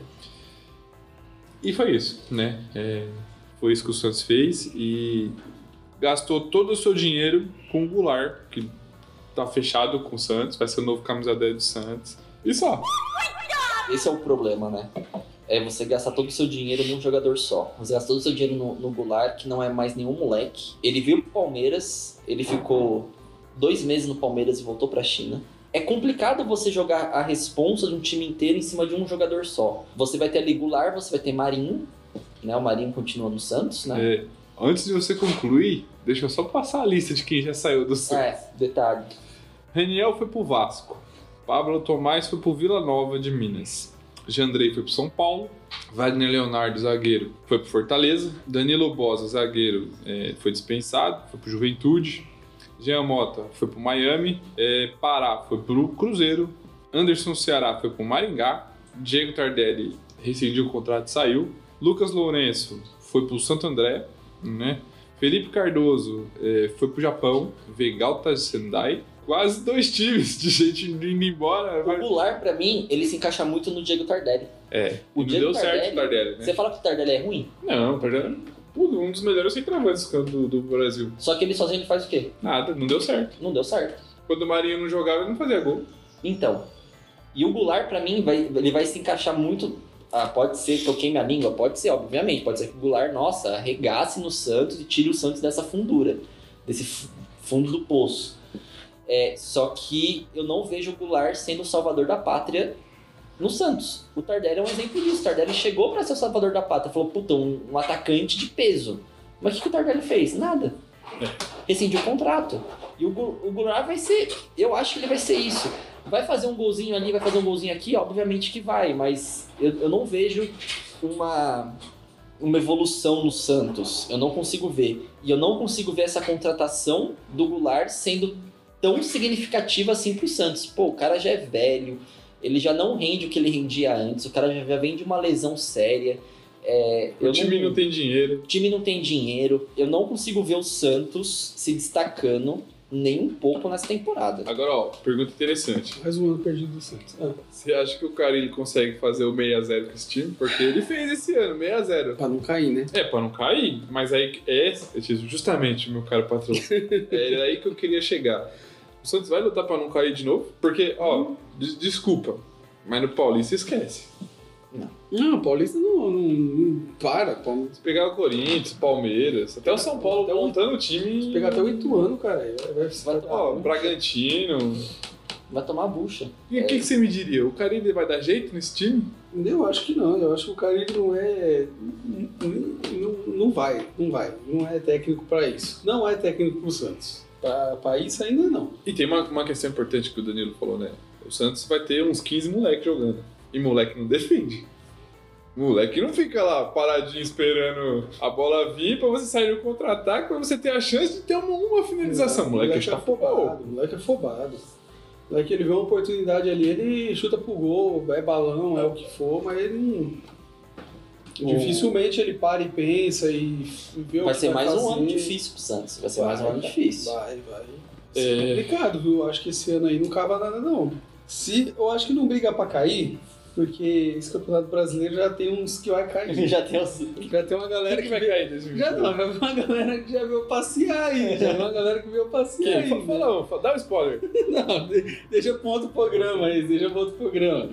E foi isso, né? É, foi isso que o Santos fez e gastou todo o seu dinheiro com o Goulart, que tá fechado com o Santos, vai ser o novo camisa dez do Santos. E só. Esse é o problema, né? É você gastar todo o seu dinheiro num jogador só. Você gasta todo o seu dinheiro no, no Goulart, que não é mais nenhum moleque. Ele veio pro Palmeiras, ele ficou dois meses no Palmeiras e voltou pra China. É complicado você jogar a responsa de um time inteiro em cima de um jogador só. Você vai ter ali Goulart, você vai ter Marinho, né? O Marinho continua no Santos, né? É, antes de você concluir, deixa eu só passar a lista de quem já saiu do Santos. É, detalhe. Reniel foi pro Vasco. Pablo Tomás foi pro Vila Nova de Minas. Jandrei foi pro São Paulo. Wagner Leonardo, zagueiro, foi pro Fortaleza. Danilo Bosa, zagueiro, é, foi dispensado, foi pro Juventude. Jean Mota foi pro Miami. É, Pará foi pro Cruzeiro. Anderson Ceará foi pro Maringá. Diego Tardelli rescindiu o contrato e saiu. Lucas Lourenço foi pro Santo André, né? Felipe Cardoso é, foi pro Japão. Vegalta Sendai. Quase dois times de gente indo embora. O Goulart, pra mim, ele se encaixa muito no Diego Tardelli. É, o não Diego deu Tardelli, certo o Tardelli, né? Você fala que o Tardelli é ruim? Não, o Tardelli é um dos melhores centroavantes do, do Brasil. Só que ele sozinho ele faz o quê? Nada, não deu certo. Não deu certo. Quando o Marinho não jogava, ele não fazia gol. Então, e o Goulart, pra mim, vai, ele vai se encaixar muito... Ah, pode ser que eu queime a língua, pode ser, obviamente. Pode ser que o Goulart, nossa, arregace no Santos e tire o Santos dessa fundura, desse fundo do poço. É, só que eu não vejo o Goulart sendo o salvador da pátria no Santos. O Tardelli é um exemplo disso. O Tardelli chegou pra ser o salvador da pátria. Falou, puta, um, um atacante de peso. Mas o que, que o Tardelli fez? Nada. Rescindiu o contrato. E o, o Goulart vai ser... Eu acho que ele vai ser isso. Vai fazer um golzinho ali, vai fazer um golzinho aqui? Obviamente que vai. Mas eu, eu não vejo uma... uma evolução no Santos. Eu não consigo ver. E eu não consigo ver essa contratação do Goulart sendo tão significativa assim pro Santos. Pô, o cara já é velho, ele já não rende o que ele rendia antes, o cara já vem de uma lesão séria. É, o time não, não tem dinheiro. O time não tem dinheiro. Eu não consigo ver o Santos se destacando nem um pouco nessa temporada. Agora, ó, pergunta interessante. Mais um ano perdido do Santos. Ah. Você acha que o Carille consegue fazer o seis a zero com esse time? Porque ele fez esse ano, seis a zero. Pra não cair, né? É, pra não cair. Mas aí, é justamente, meu caro patrão, é aí que eu queria chegar. O Santos vai lutar pra não cair de novo? Porque, ó, hum. des- desculpa, mas no Paulista esquece. Não, não o Paulista não, não, não para. Pô. Se pegar o Corinthians, Palmeiras, até o São Paulo até montando o time... Se pegar até o Ituano, cara, vai, vai, vai ó, Bragantino... Vai tomar a bucha. E o é. que, que você me diria? O Carille vai dar jeito nesse time? Eu acho que não, eu acho que o Carille não é... Não, não, não vai, não vai. Não é técnico pra isso. Não é técnico pro Santos. Pra, pra isso ainda não. E tem uma, uma questão importante que o Danilo falou, né? O Santos vai ter uns quinze moleques jogando. E moleque não defende. Moleque não fica lá paradinho esperando a bola vir pra você sair no contra-ataque, pra você ter a chance de ter uma, uma finalização. Exato. Moleque, moleque está é afobado. Moleque é afobado. Moleque, ele vê uma oportunidade ali, ele chuta pro gol, é balão, é o que for, mas ele não... Oh. Dificilmente ele para e pensa e vê o Vai que ser vai mais fazer. um ano difícil pro Santos. Vai ser vai, mais um ano vai, difícil. Vai, vai. É... é complicado, viu? Acho que esse ano aí não cava nada, não. Se, eu acho que não briga pra cair, porque esse campeonato brasileiro já tem uns que vai cair. já tem uns... Já tem uma galera que, que vai vê... cair desse Já não, já uma galera que já veio passear aí. Já uma galera que veio passear Quem? aí. Fala, fala, dá um spoiler. Não, deixa pra outro programa aí, deixa pra outro programa.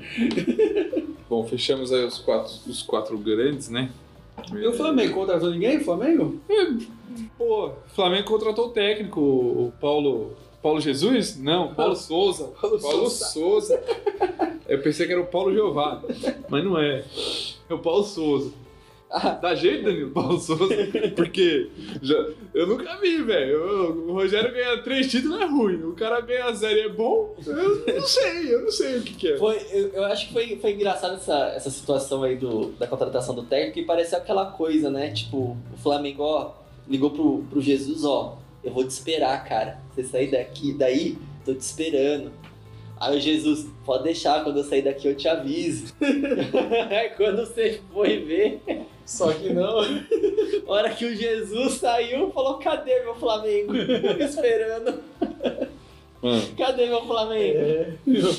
Bom, fechamos aí os quatro, os quatro grandes, né? E o Flamengo contratou ninguém, Flamengo? Pô, o Flamengo contratou o técnico, o Paulo... Paulo Jesus? Não, Paulo Souza. Paulo, Paulo Souza. Souza. Eu pensei que era o Paulo Jeová, mas não é. É o Paulo Souza. Dá jeito, Danilo Paulo Souza? Porque já, eu nunca vi, velho. O Rogério ganhar três títulos é ruim. O cara ganhar zero é bom? Eu não sei, eu não sei o que, que é. Foi, eu, eu acho que foi, foi engraçado essa, essa situação aí do, da contratação do técnico, e pareceu aquela coisa, né? Tipo, o Flamengo, ó, ligou pro, pro Jesus, ó, eu vou te esperar, cara. Você sair daqui, daí, tô te esperando. Aí o Jesus, pode deixar, quando eu sair daqui eu te aviso. Aí quando você foi ver... Só que não. A hora que o Jesus saiu, falou, cadê meu Flamengo? Esperando. Mano. Cadê meu Flamengo? É.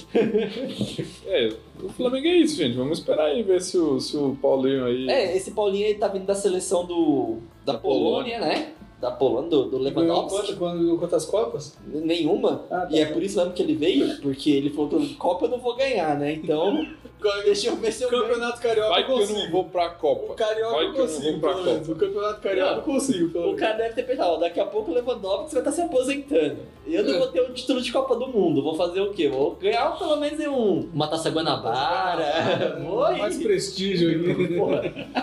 É, o Flamengo é isso, gente. Vamos esperar aí ver se o, se o Paulinho aí... É, esse Paulinho aí tá vindo da seleção do, da, Da Polônia, Polônia. né? Da Polônia, do, do Ganhou Lewandowski. quanto, quando, quantas Copas? Nenhuma. Ah, tá. E é por isso mesmo que ele veio, porque ele falou que Copa eu não vou ganhar, né? Então, deixa eu ver se eu ganho. Campeonato Carioca Vai eu que eu consigo. não vou pra Copa. O Carioca Vai eu que eu não consigo, vou pra pelo menos. Copa. O Campeonato Carioca eu consigo, pelo O menos. cara deve ter pensado, ó, daqui a pouco o Lewandowski vai estar se aposentando. Eu não vou ter um título de Copa do Mundo. Vou fazer o quê? Vou ganhar pelo menos um, uma Taça Guanabara. Oi! Mais prestígio aqui. Porra,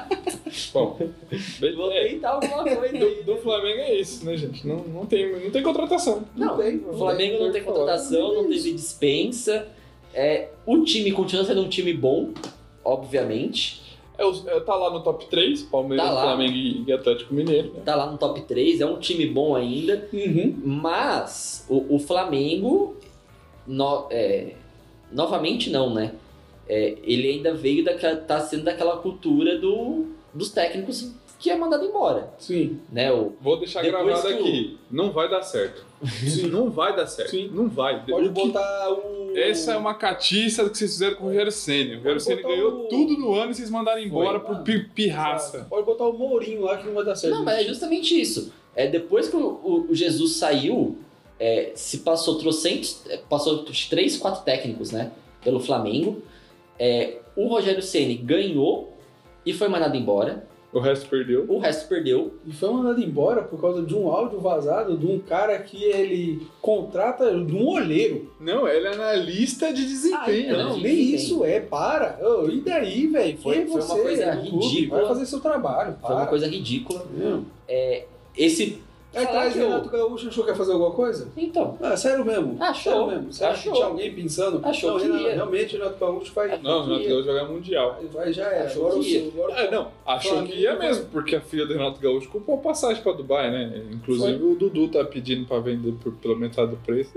Bom, beleza. vou É, tentar alguma coisa aí. do, do Flamengo é isso, né, gente? Não, não, tem, não tem contratação. Não, tem, o Flamengo não tem falar. contratação, não teve dispensa. É, o time continua sendo um time bom, obviamente. É, o- é, tá lá no top três, Palmeiras, Tá lá. Flamengo e e Atlético Mineiro. Né? Tá lá no top três, é um time bom ainda. Uhum. Mas o, o Flamengo, no- é, novamente não, né? É, ele ainda veio daquela, tá sendo daquela cultura do, dos técnicos que é mandado embora, Sim. né? O, Vou deixar Depois gravado que o- aqui. Não vai dar certo. Não vai dar certo. Sim. Não vai. Pode O que- botar o... Essa é uma catiça que vocês fizeram com o Rogério Ceni. O Rogério Ceni botar ganhou o- tudo no ano e vocês mandaram embora Foi. pro pi- pirraça. Pode botar o Mourinho lá que não vai dar certo. não, mas é justamente isso. É, depois que o, o- o Jesus saiu, é, se passou trocentos, é, passou três, quatro técnicos, né? Pelo Flamengo. É, o Rogério Ceni ganhou e foi mandado embora. O resto perdeu. O resto perdeu. E foi mandado embora por causa de um áudio vazado de um cara que ele contrata de um olheiro. Não, ele é analista de desempenho. Ah, Não, de nem desempenho. isso é, para. Ô, e daí, velho? Foi- Quem é foi uma você coisa no clube? ridícula. Vai fazer seu trabalho, Foi uma para. coisa ridícula. Não. Esse. Aí falar traz que eu- Renato Gaúcho, achou que ia fazer alguma coisa? Então. Ah, sério mesmo? Achou. Sério mesmo? Você acha que Achou. tinha alguém pensando? Achou não, que Renato, ia. realmente, Renato Gaúcho vai... Não, o Renato Gaúcho vai jogar Mundial. Vai, já era. Achou Agora que o ia. seu- agora- Ah, não, achou Flamengo que ia vai- mesmo, porque a filha do Renato Gaúcho comprou passagem pra Dubai, né? Inclusive o Dudu tá pedindo pra vender por, pela metade do preço.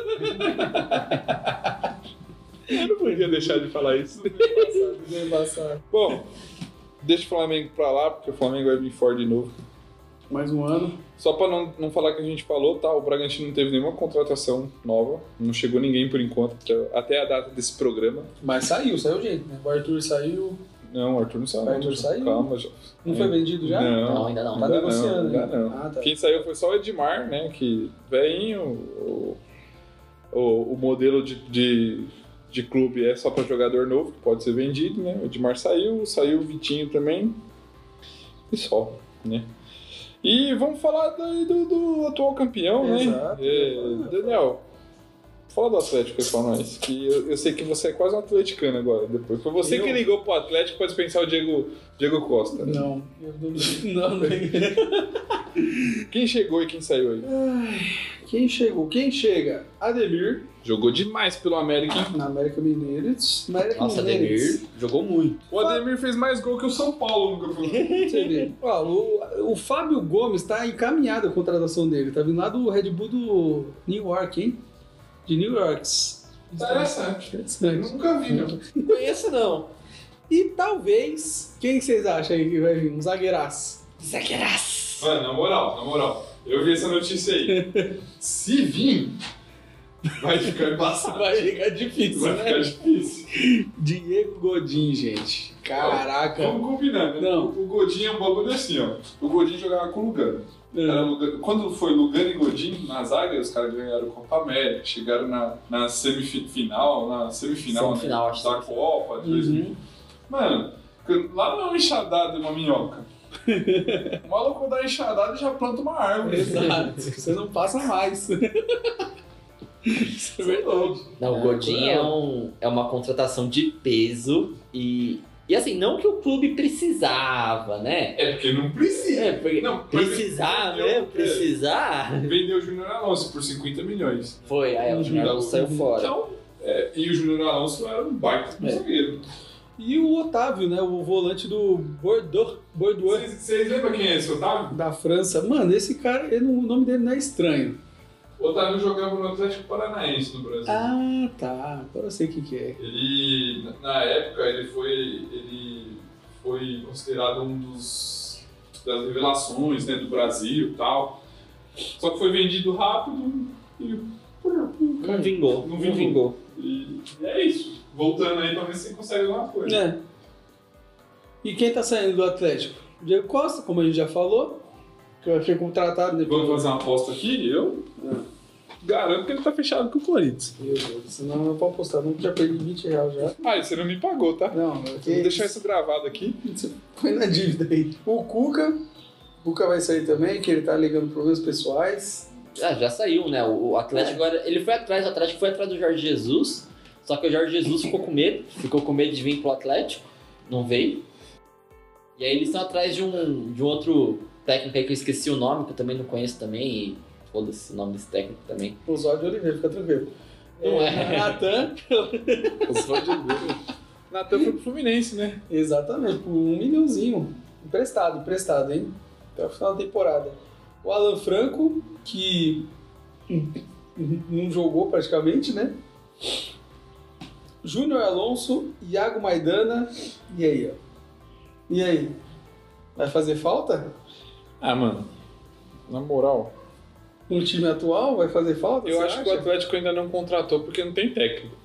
Eu não podia deixar de falar isso. Embaçado, embaçado. Bom, deixa o Flamengo pra lá, porque o Flamengo vai vir forte de novo. Mais um ano. Só pra não, não falar que a gente falou, tá? O Bragantino não teve nenhuma contratação nova, não chegou ninguém por enquanto, porque até a data desse programa. Mas saiu, saiu gente, né? O Arthur saiu. Não, o Arthur não saiu. O Arthur saiu? Calma, já. Não foi vendido já? Não, Não, ainda não. Tá ainda negociando, não, ainda né? não. Ah, tá. Quem saiu foi só o Edmar, né? Que velhinho, o, o, o modelo de, de, de clube é só para jogador novo, que pode ser vendido, né? O Edmar saiu, saiu o Vitinho também. E só, né? E vamos falar daí do, do atual campeão, Exato. né? É, Daniel, fala do Atlético aí pra nós, que eu, eu sei que você é quase um atleticano agora, depois. Foi você Eu? que ligou pro Atlético pra dispensar o Diego, Diego Costa. Não, eu não, não, nem. Quem chegou e quem saiu aí? Quem chegou? Quem chega? Ademir, Jogou demais pelo América, hein? na América Mineiros. América Nossa, Mineiros. Ademir jogou muito. O Ademir fez mais gol que o São Paulo no campeonato. Você vê. Ó, o, o Fábio Gomes tá encaminhado a contratação dele. Tá vindo lá do Red Bull do New York, hein? De New York. Interessante. Interessante. Nunca vi, meu. Não conheço, não. E talvez, quem vocês acham aí que vai vir? Um zagueiraço. Zagueiraço. Mano, na moral, na moral, eu vi essa notícia aí. Se vir, vai ficar embaçado. Vai ficar difícil, Vai né? ficar difícil. Diego Godin, gente. Caraca. Vamos combinar, né? Não. O Godinho é um bagulho assim, ó. O Godinho jogava com o Lugano. Era É. Lugano. Quando foi Lugano e Godinho na zaga, os caras ganharam a Copa América, chegaram na, na semifinal, na semifinal, Semifinal, né, acho da que Copa. de dois mil. Uhum. Mano, lá não é uma enxadada e uma minhoca. O maluco dá enxadada e já planta uma árvore. Exato. Você não passa mais. Isso é verdade. Não, o Godin é, um, é uma contratação de peso e E assim, não que o clube precisava, né? É porque não precisa. É, porque não, precisar, vendeu, né? é, Precisar. Vendeu o Júnior Alonso por cinquenta milhões. Foi, aí o Júnior Alonso saiu fora. Então, é, e o Júnior Alonso era um baita É. zagueiro. E o Otávio, né? O volante do Bordeaux, Bordeaux Vocês vocês lembram quem é esse Otávio? da França. Mano, esse cara, ele não- o nome dele não é estranho. O Otávio jogava no Atlético Paranaense no Brasil. Ah, tá. Agora eu sei o que, que é. Ele, na época, ele foi, ele foi considerado um dos das revelações, né, do Brasil e tal. Só que foi vendido rápido e Não vingou. Não Não vingou. E é isso. Voltando aí pra ver se você consegue alguma coisa. É. E quem tá saindo do Atlético? Diego Costa, como a gente já falou, que eu achei contratado depois. Vamos fazer uma aposta aqui? Eu garanto que ele tá fechado com o Corinthians. Meu Deus, senão eu não posso apostar, não, já perdi vinte reais já. Ah, você não me pagou, tá? Não, Vou que deixar isso gravado aqui. Você foi na dívida aí. O Cuca, o Cuca vai sair também, que ele tá alegando problemas pessoais. Ah, já saiu, né? O o Atlético agora. Ele foi atrás, o Atlético foi atrás do Jorge Jesus. Só que o Jorge Jesus ficou com medo. Ficou com medo de vir pro Atlético. Não veio. E aí eles estão atrás de um, de um outro técnico aí que eu esqueci o nome, que eu também não conheço também. E foda-se o nome desse técnico também. Oswaldo Oliveira, fica tranquilo. Não é. Natan. Natan foi pro Fluminense, né? Exatamente, por um milhãozinho. Emprestado, emprestado, hein? Até o final da temporada. O Alan Franco, que não jogou praticamente, né? Júnior Alonso, Iago Maidana. E aí, ó? E aí? Vai fazer falta? Ah, mano. Na moral, No time atual, vai fazer falta? eu você acho que o acha? Atlético ainda não contratou porque não tem técnico.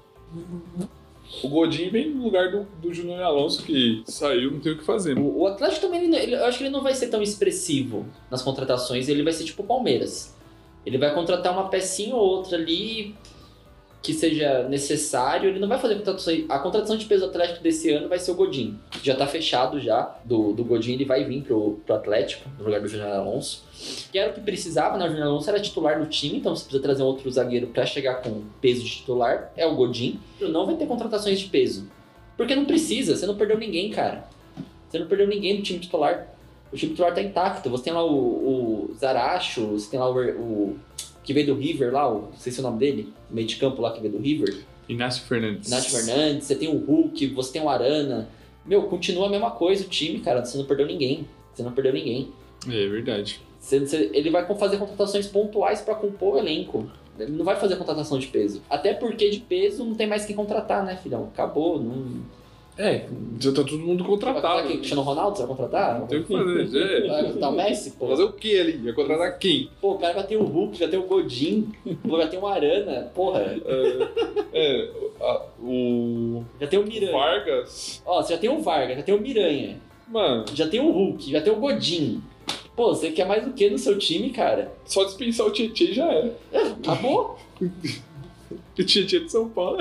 O Godinho vem no lugar do, do Júnior Alonso, que saiu, não tem o que fazer. O, o Atlético também, ele, ele- eu acho que ele não vai ser tão expressivo nas contratações. Ele vai ser tipo o Palmeiras. Ele vai contratar uma pecinha ou outra ali que seja necessário. Ele não vai fazer contratações. A contratação de peso do Atlético desse ano vai ser o Godinho. Já tá fechado já. Do, do Godinho ele vai vir pro, pro Atlético, no lugar do Júnior Alonso. Que era o que precisava, né? O Júnior Alonso era titular do time, então você precisa trazer um outro zagueiro pra chegar com peso de titular. É o Godinho. Não vai ter contratações de peso. Porque não precisa, você não perdeu ninguém, cara. Você não perdeu ninguém do time titular. O time titular tá intacto. Você tem lá o, o Zaracho, você tem lá o, o que veio do River lá, o, não sei se é o nome dele, o meio de campo lá que veio do River. Inácio Fernandes. Nath Fernandes, você tem o Hulk, você tem o Arana. Meu, continua a mesma coisa o time, cara. Você não perdeu ninguém. Você não perdeu ninguém. É verdade. Você- você- ele vai fazer contratações pontuais pra compor o elenco. Ele não vai fazer contratação de peso. Até porque de peso não tem mais quem contratar, né, filhão? Acabou. Não... É, já tá todo mundo Vai contratar contratado. quem? Cristiano Ronaldo, você vai contratar? Não tem o que fazer. É. Vai contratar o Messi? Pô. Fazer o que ali? Vai contratar quem? Pô, o cara já tem o Hulk, já tem o Godin, pô, já tem o Arana, porra, É, a- o já tem o Miranha. Vargas. Ó, você já tem o Vargas, já tem o Miranha, Mano, já tem o Hulk, já tem o Godin. Pô, você quer mais do que no seu time, cara? só dispensar o Tietchan e já era. Acabou. O Tietchan é de São Paulo.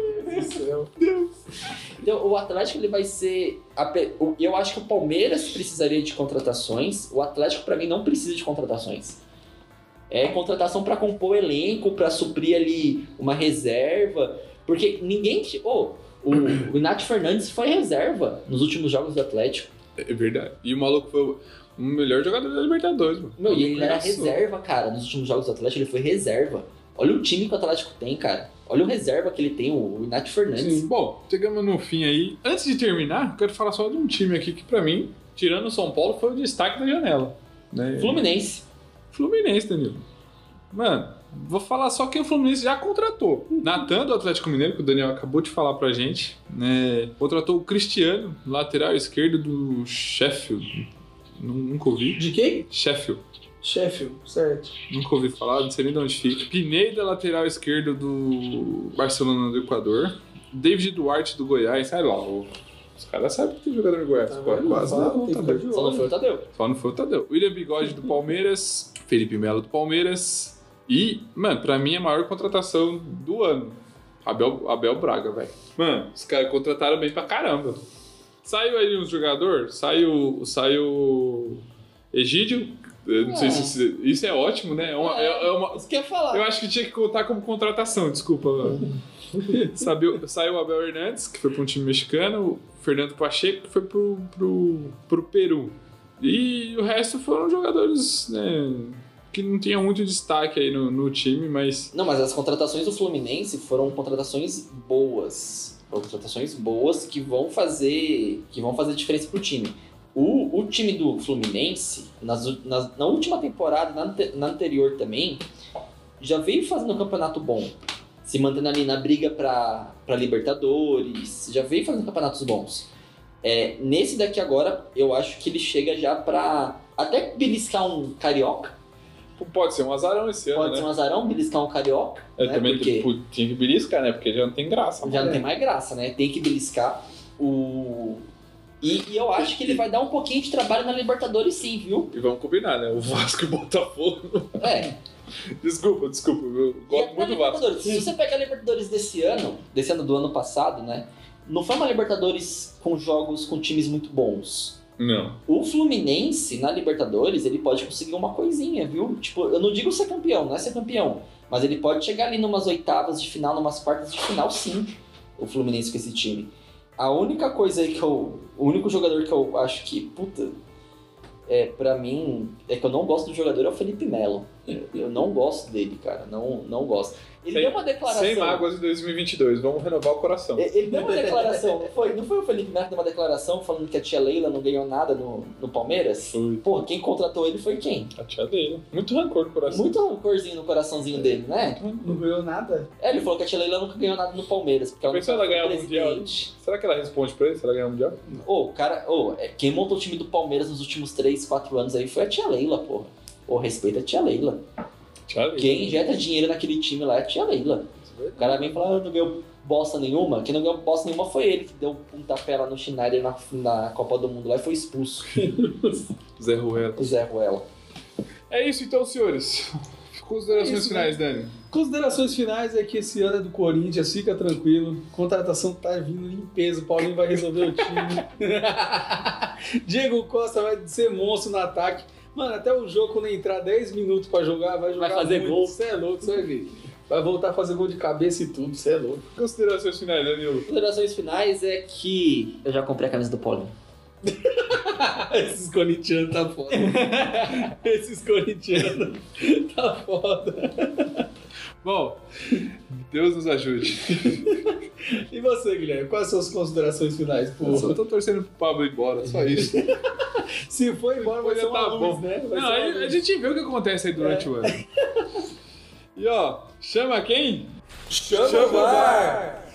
Então, o Atlético ele vai ser. a pe- o- Eu acho que o Palmeiras precisaria de contratações. O Atlético, pra mim, não precisa de contratações. É contratação pra compor o elenco, pra suprir ali uma reserva. Porque ninguém. te- Ô, o, o Nath Fernandes foi reserva nos últimos jogos do Atlético. É verdade. E o maluco foi o melhor jogador da Libertadores, mano. Meu, e ele era Arregaçou. reserva, cara. Nos últimos jogos do Atlético, ele foi reserva. Olha o time que o Atlético tem, cara. Olha o reserva que ele tem, o Nath Fernandes. Sim. Bom, chegamos no fim aí. Antes de terminar, eu quero falar só de um time aqui que, pra mim, tirando o São Paulo, foi o destaque da janela. Né? Fluminense. Fluminense, Danilo. Mano, vou falar só quem o Fluminense já contratou. Natan, do Atlético Mineiro, que o Daniel acabou de falar pra gente. Né? Contratou o Cristiano, lateral esquerdo do Sheffield. Nunca ouvi. De quem? Sheffield. Sheffield, certo. Nunca ouvi falar, não sei nem de onde fica. Pineda, lateral esquerdo do Barcelona do Equador. David Duarte, do Goiás. Sei lá, o- os caras sabem que tem jogador no Goiás. Tá Pô, vendo? quase Fala, não, tem tá que ficar doido. de Só não olho. foi o Tadeu. Só não foi o Tadeu. William Bigode, do Palmeiras. Felipe Melo, do Palmeiras. E, mano, pra mim a maior contratação do ano. Abel, Abel Braga, velho. Mano, os caras contrataram bem pra caramba. Saiu aí um jogador, saiu, saiu Egídio. Eu não sei É. se, se- isso é ótimo, né? É uma, é- é uma- Isso que eu ia falar. eu acho que tinha que contar como contratação, desculpa. Mano. Saiu, saiu o Abel Hernandes, que foi para um time mexicano, o Fernando Pacheco, que foi pro, pro, pro Peru. E o resto foram jogadores, né, que não tinham muito destaque aí no, no time, mas... Não, mas as contratações do Fluminense foram contratações boas. Foram contratações boas que vão fazer, que vão fazer diferença pro time. O, o time do Fluminense, nas, nas, na última temporada, na, na anterior também, já veio fazendo um campeonato bom. Se mantendo ali na briga pra, pra Libertadores, já veio fazendo campeonatos bons. É, nesse daqui agora, eu acho que ele chega já pra até beliscar um carioca. Pode ser um azarão esse ano, Pode né? ser um azarão, beliscar um carioca. Eu né? também Porque tipo, tinha que beliscar, né? Porque já não tem graça. já né? não tem mais graça, né? Tem que beliscar. O... E, e eu acho que ele vai dar um pouquinho de trabalho na Libertadores sim, viu? E vamos combinar, né? O Vasco e o Botafogo. É. Desculpa, desculpa. Eu gosto muito do Vasco. Se você pegar a Libertadores desse ano, desse ano do ano passado, né? Não foi uma Libertadores com jogos com times muito bons. Não. O Fluminense, na Libertadores, ele pode conseguir uma coisinha, viu? Tipo, eu não digo ser campeão, não é ser campeão. Mas ele pode chegar ali numas oitavas de final, numas quartas de final, sim. O Fluminense com esse time. A única coisa aí que eu... O único jogador que eu acho que, puta... É, pra mim, é que eu não gosto do jogador é o Felipe Melo. Eu, eu não gosto dele, cara. Não, não gosto. Ele sem, deu uma declaração... Sem mágoas em dois mil e vinte e dois. Vamos renovar o coração. Ele deu uma declaração... Foi, não foi o Felipe Melo que deu uma declaração falando que a tia Leila não ganhou nada no, no Palmeiras? Foi. Pô, quem contratou ele foi quem? A tia Leila. Muito rancor no coração. Muito rancorzinho no coraçãozinho dele, né? Não ganhou nada? É, ele falou que a tia Leila nunca ganhou nada no Palmeiras. Porque ela Pensou nunca ela ganhar foi o Mundial? presidente. Será que ela responde pra ele? Se ela ganhar o Mundial? Ô, cara... Ô, é, quem montou o time do Palmeiras nos últimos três, quatro anos aí foi a tia Leila, porra. Ô, respeita a tia Leila. Tia Leila. Quem injeta dinheiro naquele time lá é a tia Leila. O cara vem falar, ah, não ganhou bosta nenhuma. Quem não ganhou bosta nenhuma foi ele, que deu um tapé lá no Schneider na, na Copa do Mundo lá e foi expulso. Zé Ruela. O Zé Ruela. É isso então, senhores. Considerações É isso, finais, Dani. Considerações finais é que esse ano é do Corinthians, fica tranquilo. Contratação tá vindo limpeza, o Paulinho vai resolver o time. Diego Costa vai ser monstro no ataque. Mano, até o jogo, quando entrar dez minutos pra jogar, vai jogar Vai fazer muito. gol. Você é louco, você vai ver. Vai voltar a fazer gol de cabeça e tudo, você é louco. Considerações finais, Danilo. Considerações finais é que eu já comprei a camisa do Paulinho. Esses corintianos tá foda. Esses corintianos tá foda. Bom, Deus nos ajude. E você, Guilherme? Quais são as considerações finais? Pô? Eu só tô torcendo pro Pablo ir embora, só isso. Se for embora, vai ser uma tá luz, bom. né? Vai Não, ser uma aí luz. a gente vê o que acontece aí durante É. o ano. E ó, chama quem? Chama o V A R!